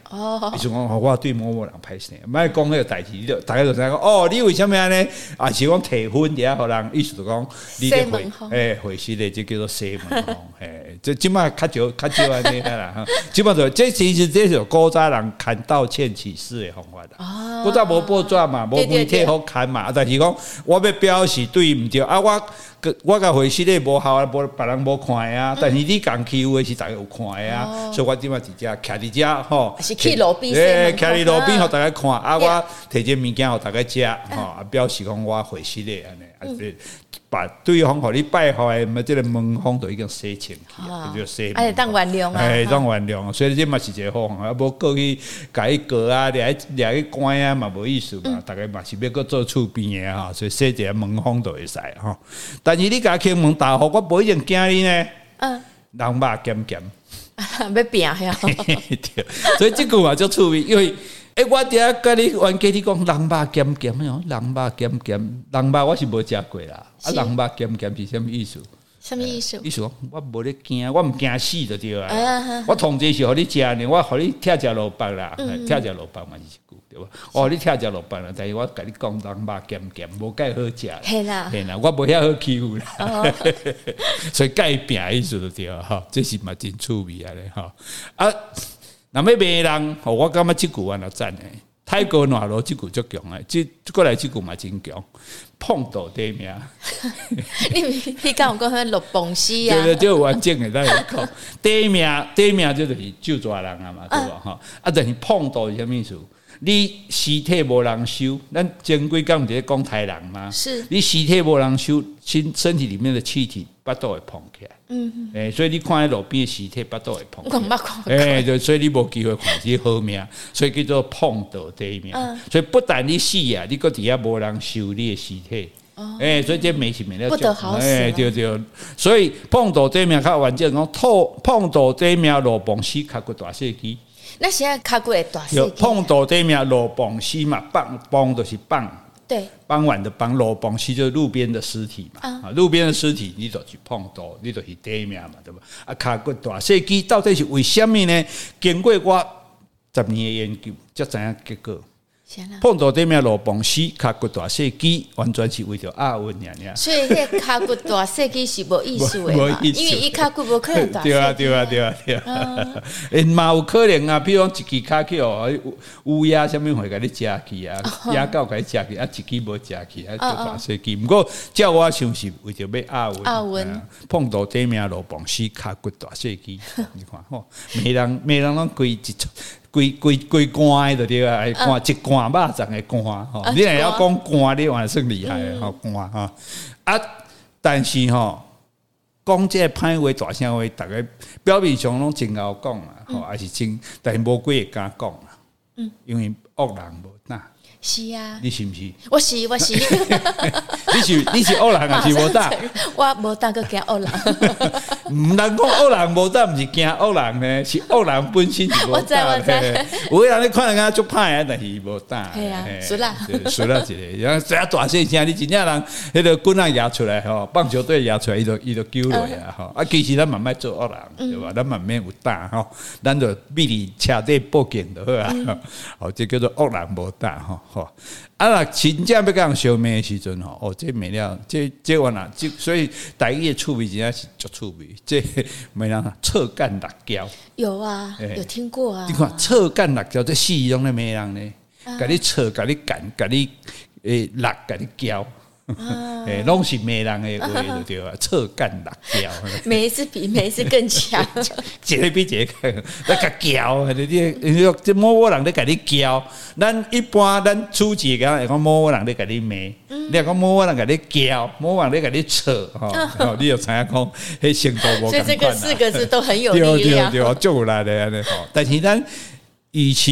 哦， 伊就讲我对某某人歹势，莫讲迄个代志，你就大家就知讲哦，你为什么安尼？啊，是讲提分底下互人，意思就讲你咧回诶回事咧，就叫做西门风，嘿，这即摆较少较少安尼啦哈，即摆就这其实这是古早人看道歉启事的方法啦。古早无报纸嘛，无媒体好看嘛，但是讲我要表示对毋对啊，我我甲回事咧无效啊，无别人无看啊，但是你讲欺负的是大家有看的啊，所以我即摆直接徛伫遮吼， 是去路边， 诶，徛伫路边互大家看啊，我摕这物件互大家食吼，啊，表示讲我回事咧安尼，啊，把对方互你败坏的，即个门风都已经洗清去啊，就洗。 哎，当原谅啊， 哎，当原谅，所以这嘛是一个好方法，啊，无过去甲伊告啊，掠去掠去关啊，嘛无意思嘛，大家嘛是要搁做厝边的哈，所以洗一个门风都会使哈。但是你甲开门打呼，我无一定惊你呢。嗯，人肉咸咸， 要拼呀。 对，所以这句话就趣味，因为。诶、欸，我伫遐甲你冤家，你讲人肉咸咸哟，人肉咸咸，人肉我是无食过啦。啊，人肉咸咸是啥物意思？ 啥物意思？ 意思讲我无咧惊，我毋惊死就对啊。啊我同齐是互你食呢，我互你拆食萝卜啦，拆食萝卜嘛是一句对吧？哦，你拆食萝卜啦，但是我甲你讲人肉咸咸，无介好食。 系啦， 系啦，我无遐好欺负啦。哦、所以改变意思就对啊，哈，这是嘛真趣味啊咧，哈啊。那么别人，我感觉这句话就赞诶。泰国暖炉这句足强诶，这过来这句嘛真强。碰到第名， 你你讲有讲迄落崩死啊？ 对对，就完整诶，咱讲第一名，第一名就是救抓人啊嘛，对吧？哈啊，但是碰到是啥意思？你尸体无人收，咱前几工毋是讲杀人吗？ 是， 你尸体无人收，身身体里面的气体巴肚会碰起来。嗯，诶、欸，所以你看喺路边的尸体巴肚会碰起来。诶、欸，就所以你无机会看是好命，所以叫做碰到第一名。嗯、所以不但你死啊，你搁底下无人收你的尸体。哦，诶、欸，所以这没是没了， 不得好死。 诶、欸，对对，所以碰到第一名较完整讲，碰碰到第一名路崩死，卡骨大细机。 那现在卡过大细碰到对面路崩尸嘛，棒崩就是棒， 对， 傍晚的傍路崩尸就是路边的尸体嘛，啊，路边的尸体你就去碰到，你就是对面嘛，对吧？啊，卡骨大细机到底是为什么呢？经过我十年的研究，才知影结果。碰到对面路崩尸，卡骨大细机完全是为着押韵尔尔。 所以迄个卡骨大细机是无意思的嘛，因为伊卡骨无可能大细机。 对啊对啊对啊对啊，诶嘛有可能啊，比如讲一支卡去哦，乌鸦啥物会甲你食去啊，野狗甲你食去啊，一支无食去啊，就大细机。不过照我想是为着要押韵。 押韵。 碰到对面路崩尸，卡骨大细机，你看吼，每人每人拢规一撮。规规规肝的就对啊，肝一肝肉粽的肝吼，你若要讲肝，你还算厉害的吼肝哈啊！但是吼，讲这歹话大声话，大家表面上拢真敖讲啦，吼还是真，但是无几会敢讲啦，嗯，因为恶人无胆。 是啊， 你是毋是？ 我是我是， 你是你是恶人还是无胆？ 我无胆个惊恶人， 唔能讲恶人无胆，唔是惊恶人呢，是恶人本身是无胆。有个人你看人家足歹啊，但是无胆。 系啊，输啦， 输啦一个，然后只要大声声，你真正人迄个棍仔压出来吼，棒球队压出来，伊就伊就救落啊吼。啊，其实咱慢慢做恶人，对吧？咱慢慢有胆吼，咱就比你车底报警就好啊。哦，这叫做恶人无胆吼。吼啊！若真正要甲人相骂的时阵吼，哦，这没了，这这我呐，这所以台语的趣味真正是足趣味。这没人侧干辣椒， 有啊，有听过啊。 你看侧干辣椒，这四种的没人呢，甲你侧，甲你干，甲你诶辣，甲你椒。诶，拢是骂人的话就对啊，侧干辣椒， 每一次比每一次更强， 一个比一个强，那个叫，你你这某某人在甲你叫，咱一般咱初级讲讲某某人在甲你骂，你讲某某人甲你叫，某某人在甲你扯，哈，你就知影讲，迄程度无。 所以这个四个字都很有力量， 对对对，就有来的安尼吼。但是咱与其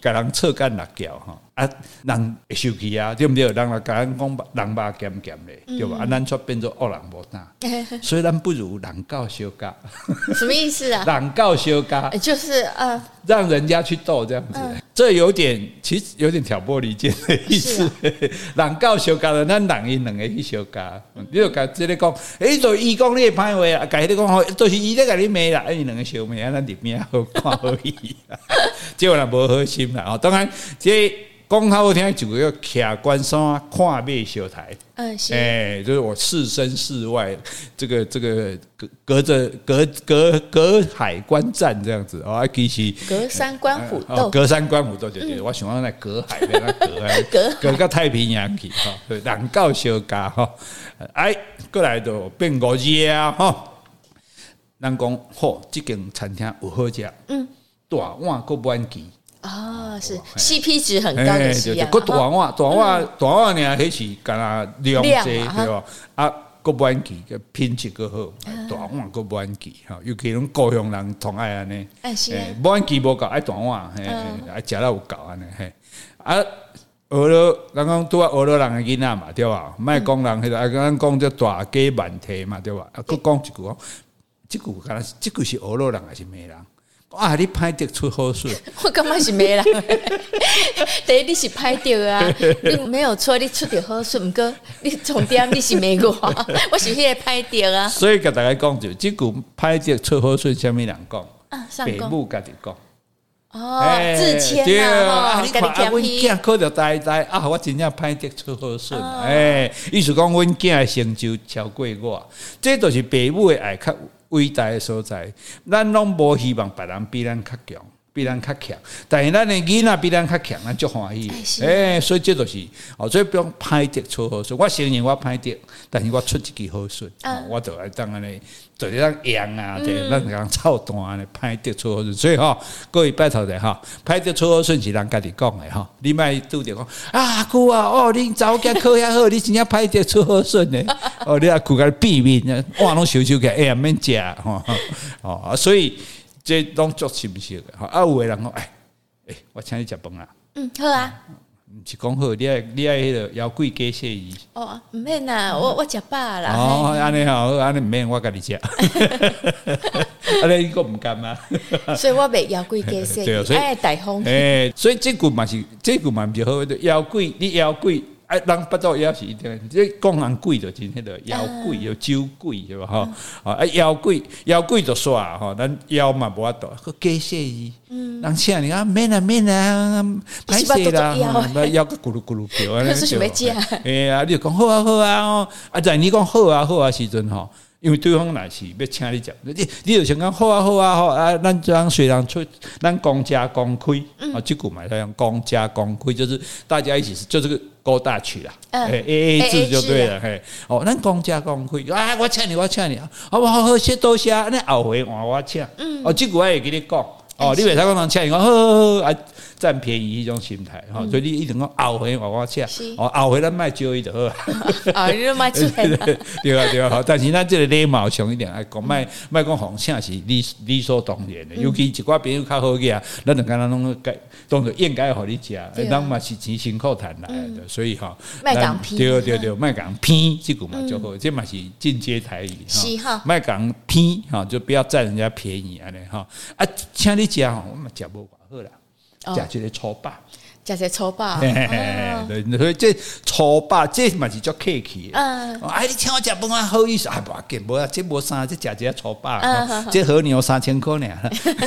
给人扯干六角哈啊，人会生气啊，对不对？人来甲咱讲人肉咸咸嘞，对吧？啊，咱却变做恶人无胆，所以咱不如人狗相加。 什么意思啊？ 人狗相加就是呃， 让人家去斗这样子，嗯、这有点其实有点挑拨离间的意思。人狗相加了，咱人因两个去相加，你就甲这个讲，诶，就伊讲你歹话啊，甲迄个讲，就是伊在甲你骂啦，啊，伊两个相骂，咱入面好看好伊，结果人无好心啦。哦，当然这。讲好听就叫徛关山看马小台， 嗯，是， 哎，就是我置身事外，这个这个隔隔着隔隔隔海观战这样子啊，其实隔山观虎斗， 隔山观虎斗对对，我喜欢在隔海那隔海隔隔到太平洋去哈，人狗相加哈，哎，过来就变五字啊哈，咱讲好，这间餐厅有好食，嗯，大碗够满记。 哦，是 C P 值很高的西洋， 个大碗大碗大碗呢，迄是干那量济对吧？啊，个满记个品质个好，大碗个满记哈，尤其种高雄人同爱安尼，满记无够爱大碗，嘿，爱食了有够安尼嘿。啊，俄罗咱讲拄啊俄罗人的囡仔嘛，对吧？莫讲人迄个，啊，咱讲这大鸡慢体嘛，对吧？啊，佮讲一句哦，即句干那，即句是俄罗人还是咩人？啊！你歹得出好水， 我感觉是没啦。第一你是歹得啊，你没有错，你出着好水，毋过你重点你是没我，我是迄个歹得啊。 所以甲大家讲就，即句歹得出好水，虾米人讲？ 啊， 爸母家己讲。 哦，自谦啊！你看啊，阮囝考着呆呆啊，我真正歹得出好水。哎，意思讲，阮囝的成就超过我，这都是爸母的爱较伟大的所在，咱拢无希望别人比咱较强，比咱较强，但是咱的囡仔比咱较强，咱足欢喜。哎，所以这就是哦，所以不用歹得出好顺。我承认我歹得，但是我出一句好顺，我就来当安尼，就是当扬啊，对，咱讲操蛋安尼歹得出好顺。所以吼，各位拜托者吼，歹得出好顺是人家己讲的吼，你莫拄着讲啊，舅啊，哦，恁查某囝考遐好，你真正歹得出好顺呢。哦，你啊，舅甲避免，哇，拢收收起来，哎呀，免食吼，哦，所以这拢足心实的。啊，有的人讲，哎，哎，我请你食饭啊。 嗯，好啊。 毋是讲好，你爱你爱迄个腰贵加谢伊。 哦，毋免啦，我我食饱啦。 哦，安尼好，安尼毋免我家己食。安尼你个毋甘吗？ 所以我袂腰贵加谢伊，哎，大方。 哎，所以这句嘛是，这句嘛比较好。腰贵，你腰贵。啊，人不到腰是一定，这讲人贵就真迄个腰贵，有酒贵对吧？哈啊，腰贵腰贵就煞哈，咱腰嘛无法度，佮加谢伊，人请你啊，免啊免啊，歹势啦，腰个咕噜咕噜叫安尼就，哎呀，你就讲好啊好啊哦，啊在你讲好啊好啊时阵吼。因为对方若是要请你食，你你就想讲好啊好啊好啊，咱这样虽然出咱公家公亏啊，这句嘛要用公家公亏，就是大家一起就这个勾大曲啦，哎 A A 制就对了，嘿，哦，咱公家公亏啊，我请你我请你，好不好好谢多谢，那后回换我请，哦，这句我会跟你讲，哦，你袂使讲人请你讲好好好啊。占便宜迄种心态，吼、嗯，所以你一定讲后回我我请，哦，后回咱卖少伊就好。 啊，你都卖出来了。 对啊对啊，好，但是咱这个礼貌上一点，爱讲卖卖讲红请是理理所当然的，尤其一寡朋友较好个啊，咱就敢若拢该当作应该互你食，咱嘛是钱辛苦赚来的，所以吼， 卖讲偏， 对对对，卖讲偏，这个嘛就好，这嘛是进阶台语， 是哈， 卖讲偏哈，就不要占人家便宜安尼哈，啊，请你食吼，我嘛食无偌好啦。食一个粗饱， 食一个粗饱， 对，所以这粗饱这嘛是足客气的。哎，你请我食饭啊，好意思啊，无要紧，无啊，这无啥，这食一个粗饱，这和牛三千块呢。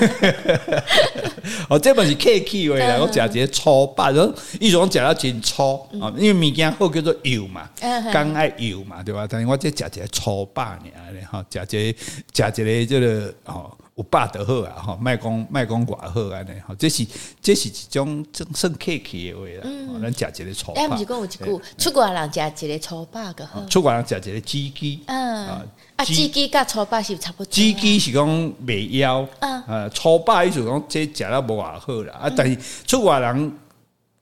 哦，这嘛是客气话啦，我食一个粗饱，伊种食了真粗啊，因为物件好叫做油嘛，刚爱油嘛，对吧？但是我这食一个粗饱呢，哈，食一个食一个这个哦。有饱就好啊，吼，莫讲莫讲偌好安尼，吼，这是这是一种种算客气的话啦，咱食一个粗饱。 哎，毋是讲有一句，出外人食一个粗饱个好。 出外人食一个鸡鸡， 嗯，啊，鸡鸡甲粗饱是差不多。 鸡鸡是讲袂枵，啊，粗饱意思讲这食了无偌好啦，啊，但是出外人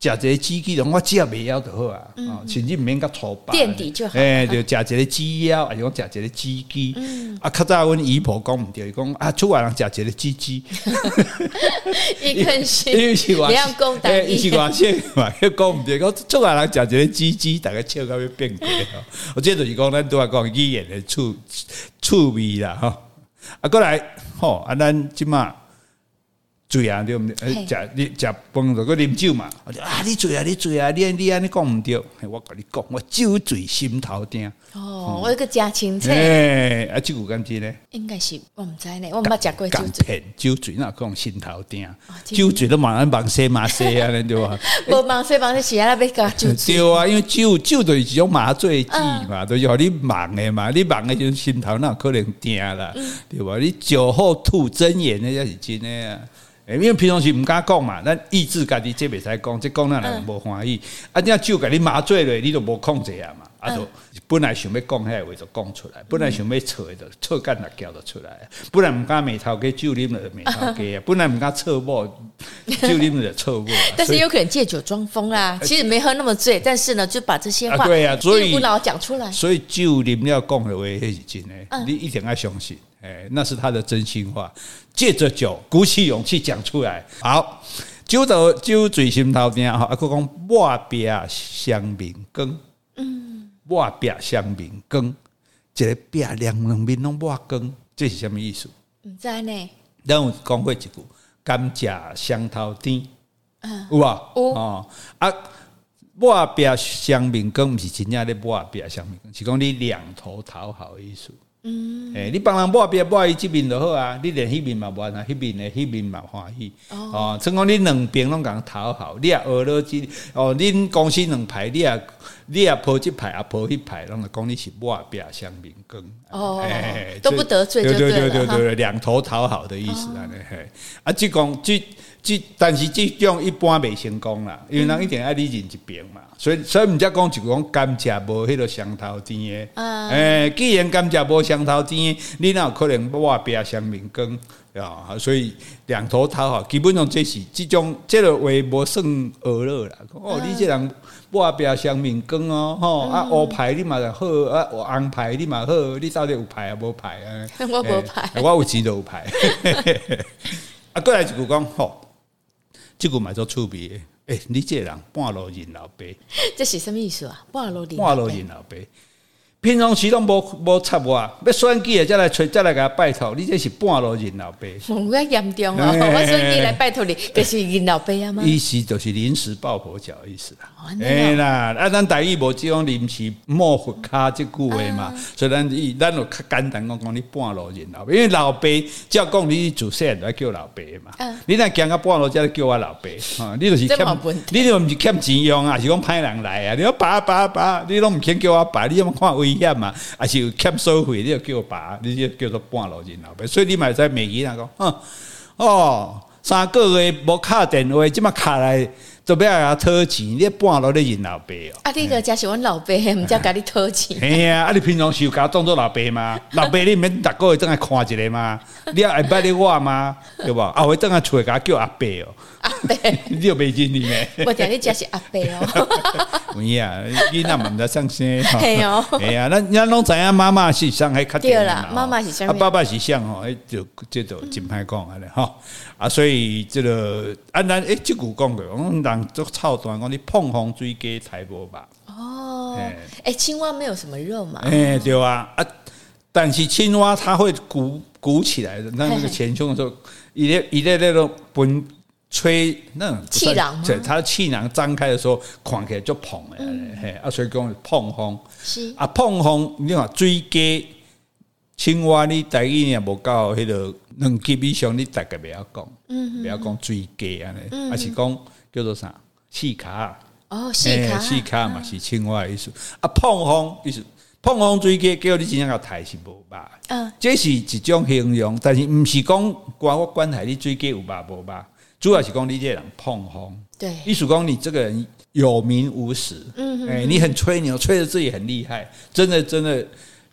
食一个鸡鸡，我只要袂枵就好啊，嗯哦、甚至唔免甲粗饱， 垫底就好。 诶、欸，就食一个鸡腰，还是讲食一个鸡鸡。嗯、啊，较早阮姨婆讲唔对，讲啊，厝外人食一个鸡鸡， 伊肯是，因为是两公单伊是外省嘛，伊讲唔对，讲厝外人食一个鸡鸡，大家笑到要变过。我这就是讲咱拄仔讲语言的趣趣味啦，吼。啊，过来，吼啊，咱即马。醉啊，对毋对？食你食饭就个啉酒嘛。我就啊，你醉啊，你醉啊，你你安尼讲毋对。我甲你讲，我酒醉心头疼。 哦，我个加清楚。 诶，啊，即句敢知呢？ 应该是我毋知呢，我毋捌食过酒醉。 酒醉哪讲心头疼？酒醉都忙咱忙西麻西啊，对吧？ 无忙西忙西是啊，要甲酒醉。 对啊，因为酒酒就是一种麻醉剂嘛，就是互你忙的嘛，你忙的就心头哪可能疼啦，对吧？你酒后吐真言，那才是真的啊。因为平常时唔敢讲嘛，咱抑制家己这袂使讲，这讲咱人无欢喜。啊，你酒甲你麻醉了，你都无控制啊嘛，啊，就本来想要讲遐话就讲出来，本来想要错的就错干六叫就出来，本来唔敢眉头家酒啉了眉头家啊，本来唔敢错某酒啉了错某。 但是有可能借酒装疯啦，其实没喝那么醉，但是呢，就把这些话对啊，所以一股脑讲出来。 所以酒啉了讲的话，迄是真的，你一定要相信。哎，那是他的真心话，借着酒鼓起勇气讲出来。好，酒到酒醉心头疼，哈，啊，佮讲抹壁双面光，嗯，抹壁双面光，一个壁两两面拢抹光，这是什么意思？ 唔知呢。 咱有讲过一句，甘蔗双头甜，嗯，有啊， 有哦啊。抹壁双面光，不是真正咧抹壁双面光，是讲你两头讨好的意思。嗯，诶、欸，你帮人抹壁抹伊这面就好啊，你连迄面嘛完啊，迄面的迄面嘛欢喜。哦，像讲你两边拢共讨好，你也学了这哦，恁公司两排，你也你也抱这排，也抱迄排，拢就讲你是抹壁双面光。 哦，欸、都不得罪就对了， 对对对对，两头讨好的意思啊，嘿、哦，啊，即讲即。即但是即种一般袂成功啦，因为人一定爱你认一边嘛，所以所以毋则讲就讲甘蔗无迄个双头甜诶，诶、欸，既然甘蔗无双头甜，你哪有可能抹壁双面光啊？所以两头讨好，基本上这是即种这个话无算恶乐啦。哦，你这人抹壁双面光哦，吼、嗯、啊乌牌你嘛好，啊红牌你嘛好，你到底有牌啊无牌啊？ 我无牌、 欸，我有钱就有牌。啊，过来一句讲吼。这句嘛做趣味的，诶、欸，你这人半路认老爸， 这是什么意思啊？半路认半路认老爸，平常时拢无无插我，要选举的再来找再来给他拜托，你这是半路认老爸。 我较严重哦，我选举来拜托你，就是认老爸啊吗？ 意思就是临时抱佛脚的意思啦。哎、哦、啦，啊，咱台语无这种临时摸佛卡这句话嘛，啊、所以咱伊咱就较简单讲讲你半路认老爸，因为老爸只要讲你自细来叫老爸嘛，啊、你若行到半路才叫我老爸，哈，你就是欠，你就毋是欠钱用啊，是讲歹人来啊，你要爸爸爸，你拢毋肯叫我爸，你有冇看危险嘛？还是欠收费，你就叫我爸，你就叫做半路认老爸，所以你嘛在美语那讲，嗯，哦，三个月无敲电话，即马敲来。做要甲讨钱，你半路咧认老爸哦。 啊，你个真是阮老爸，毋则甲你讨钱。 嘿啊，啊你平常时有甲我当做老爸吗？老爸你免逐个月等来看一个吗？你要爱捌你我吗？对无？后尾等下厝甲叫阿伯哦。 阿伯， 你有袂认你咩？ 我听你真是阿伯哦。 有影，囡仔嘛毋知上声。 嘿哦。 嘿啊，咱咱拢知影妈妈是上海较对啦，妈妈是上。 啊，爸爸是上吼，哎，就这就真歹讲安尼吼。啊，所以这个啊，咱诶，即句讲过，我们人做操蛋，讲你碰风水鸡才无吧？ 哦，哎、欸，青蛙没有什么肉嘛？ 哎、欸，对啊，啊，但是青蛙它会鼓鼓起来的，那那个前胸的时候，一列一列那种本吹那种气囊， 对，它的气囊张开的时候，看起来就碰的，嘿、嗯，啊，所以讲碰风是啊，碰风，你看水鸡。青蛙，你台语也无够迄个两级以上，你大概袂晓讲，嗯，袂晓讲水鸡安尼，还是讲叫做啥细卡？ 哦，细卡， 细卡嘛是青蛙的意思。啊，碰风意思，碰风水鸡叫你真正甲抬是无肉，嗯，这是一种形容，但是毋是讲关我关系你水鸡有肉无肉，主要是讲你这人碰风， 对， 意思讲你这个人有名无实，嗯，哎、欸，你很吹牛，吹的自己很厉害，真的真的。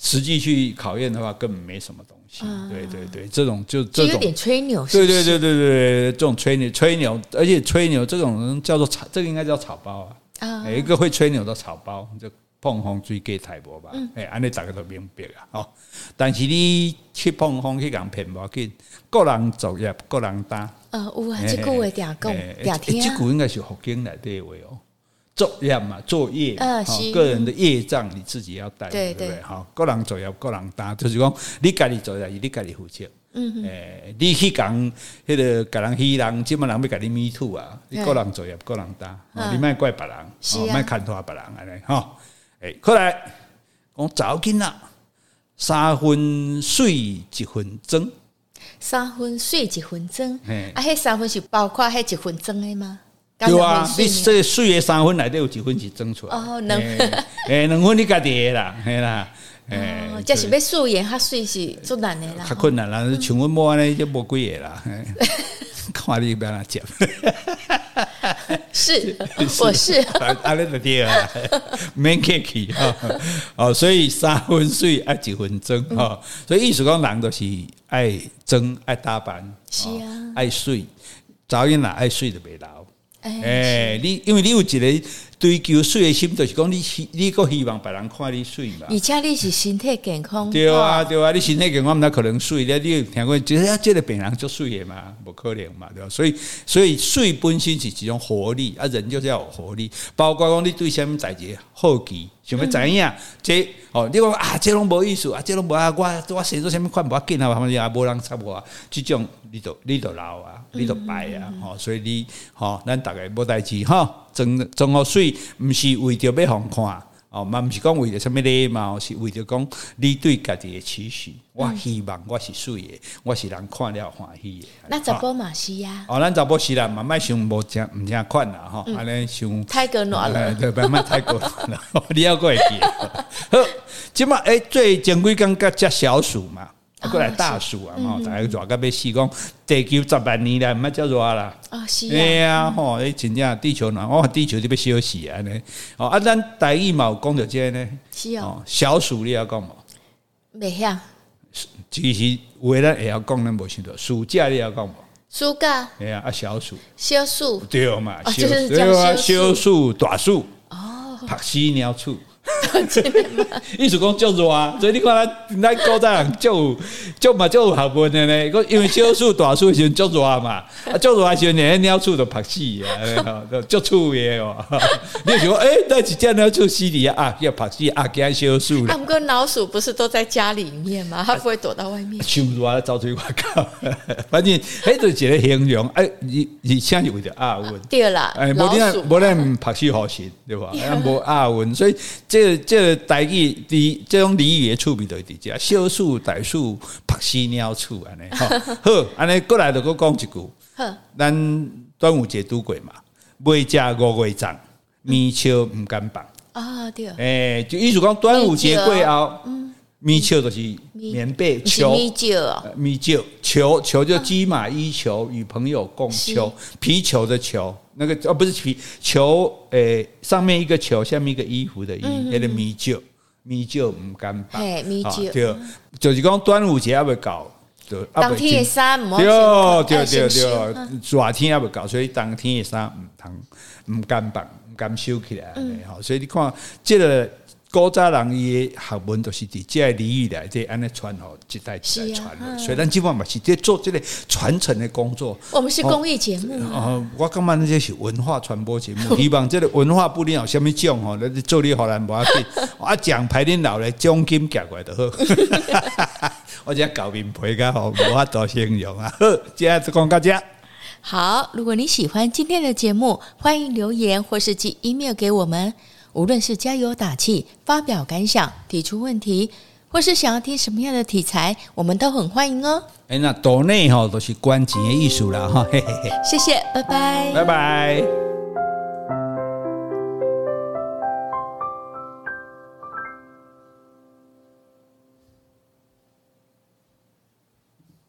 实际去考验的话，根本没什么东西。嗯、对对对，这种就这种就有点吹牛是不是， 对对对对对，这种吹牛吹牛，而且吹牛这种人叫做草，这个应该叫草包啊。啊，一个会吹牛的草包，就碰风水给台无吧？哎、嗯，安尼大家都明白啊。哦，但是你去碰风去人骗无要紧，个人作业个人担。 呃，有啊，这句话定讲定听。 这句应该是福经来的话哦。作业嘛，作业，呃、个人的业障你自己要担，对不对？哈，个人作业个人担，就是讲你家己作业，你家己负责。嗯，诶，你去讲迄个甲人欺人，即么人要甲你 me too 啊？你个人作业个人担，你莫怪别人，莫牵拖别人安尼哈。诶，过来讲查某囡仔，三分水一分钟， 三分水一分钟，啊，迄三分是包括迄一分钟的吗？ 对啊，你这水的三分内底有一分是装出来。哦，两诶，两分你家己的啦，嘿啦。 哦，这是要素颜较水是足难的啦， 较困难啦。像阮某安尼就无几个啦，看你要哪接。 是，我是。 安尼就对啦，免客气哈。哦，所以三分水爱一分钟哈，所以意思讲人都是爱装爱打扮， 是啊， 爱水，早因啦爱水就袂老。诶、欸，你因为你有一个追求水的心，就是讲你你个希望别人看你水嘛。 而且你是身体健康。 对啊，对啊，你身体健康，毋可能水。你你听过，就是啊，这个病人就水的嘛，不可能嘛，对吧？所以，所以水本身是一种活力啊，人就是要有活力。包括讲你对什么代志好奇，想要知影，这哦，你讲啊，这拢无意思啊，这拢无啊，我我生做什么款无要紧啊，反正也无人插我，这种你就你就老啊，你就败啊，吼、嗯，所以你吼，咱大家无代志吼，装装好水，毋是为着要互看。哦，嘛毋是讲为着什么礼貌，是为着讲你对家己的期许。我希望我是水的，我是人看了欢喜的。 那查甫嘛是啊。 哦，咱查甫是啦，嘛莫想无正毋正款啦吼，安尼想太过暖了， 对，慢慢太过暖了。你要过会记。好，即马诶，最前几工甲只小暑嘛。过来大暑啊！吼、哦，大家热到要死，讲地球十万年来毋捌遮热啦。 哦，是啊。哎呀，吼，诶，真正地球暖，哦，地球就要休息安尼。哦，啊，咱台语嘛有讲到这呢。 是哦。 哦，小暑你要讲无？ 袂晓。 其实有诶，咱会晓讲，咱无想到暑假你要讲无？ 暑假。 哎呀，啊，小暑。 小暑。 对嘛？ 哦，就是对啊， 小暑、大暑。 哦。 拍死鸟厝。意思讲足热啊，所以你看咱咱古早人足足嘛足有学问的呢。因为小暑大暑的时阵足热嘛，啊足热的时阵，连鸟厝都拍死啊，足趣的哦。你就说，哎、欸，那一只鸟厝死哩啊，要拍死啊，惊小暑了。 啊，不过老鼠不是都在家里面吗？它不会躲到外面。 伤热走出去外口，反正迄就是一个形容。哎，你你现在是为着亚温， 对啦， 哎，无你无咱拍死好心，对吧？无亚温，所以。这这台语伫这种俚语的趣味就伫遮，小暑大暑拍死鸟厝安尼吼。好，安尼过来就搁讲一句，咱端午节拄过嘛，未食五月粽，棉笑毋敢放。 啊，对。 诶、欸，就意思讲端午节过后，棉笑就是棉被球， 米酒， 米酒球球就鸡马衣球，与朋友共球，皮球的球。那个哦，不是皮球，诶、欸，上面一个球，下面一个衣服的衣，那个米酒，米酒唔敢放， 嘿，米酒， 对，就是讲端午节还未到， 就当天的衫唔好对对对对，热天还未到，所以当天的衫唔通唔敢放，唔敢收起来，好、嗯，所以你看这个。古早人伊的学问都是伫这俚语来，这安尼传吼，一代一代传的。所以咱基本嘛是在做这个传承的工作。 我们是公益节目啊、 哦。我感觉这是文化传播节目，希望这个文化不论有什么奖吼，你做你互咱无要紧，啊奖牌恁留咧，奖金夹过来就好。我这搞面皮个吼，无法度形容啊。好，今日就讲到这。 好，如果你喜欢今天的节目，欢迎留言或是寄 email 给我们。无论是加油打气、发表感想、提出问题，或是想要听什么样的题材，我们都很欢迎哦。 哎，那岛内哈都是关钱的艺术啦哈，嘿嘿嘿。 谢谢，拜拜， 拜拜。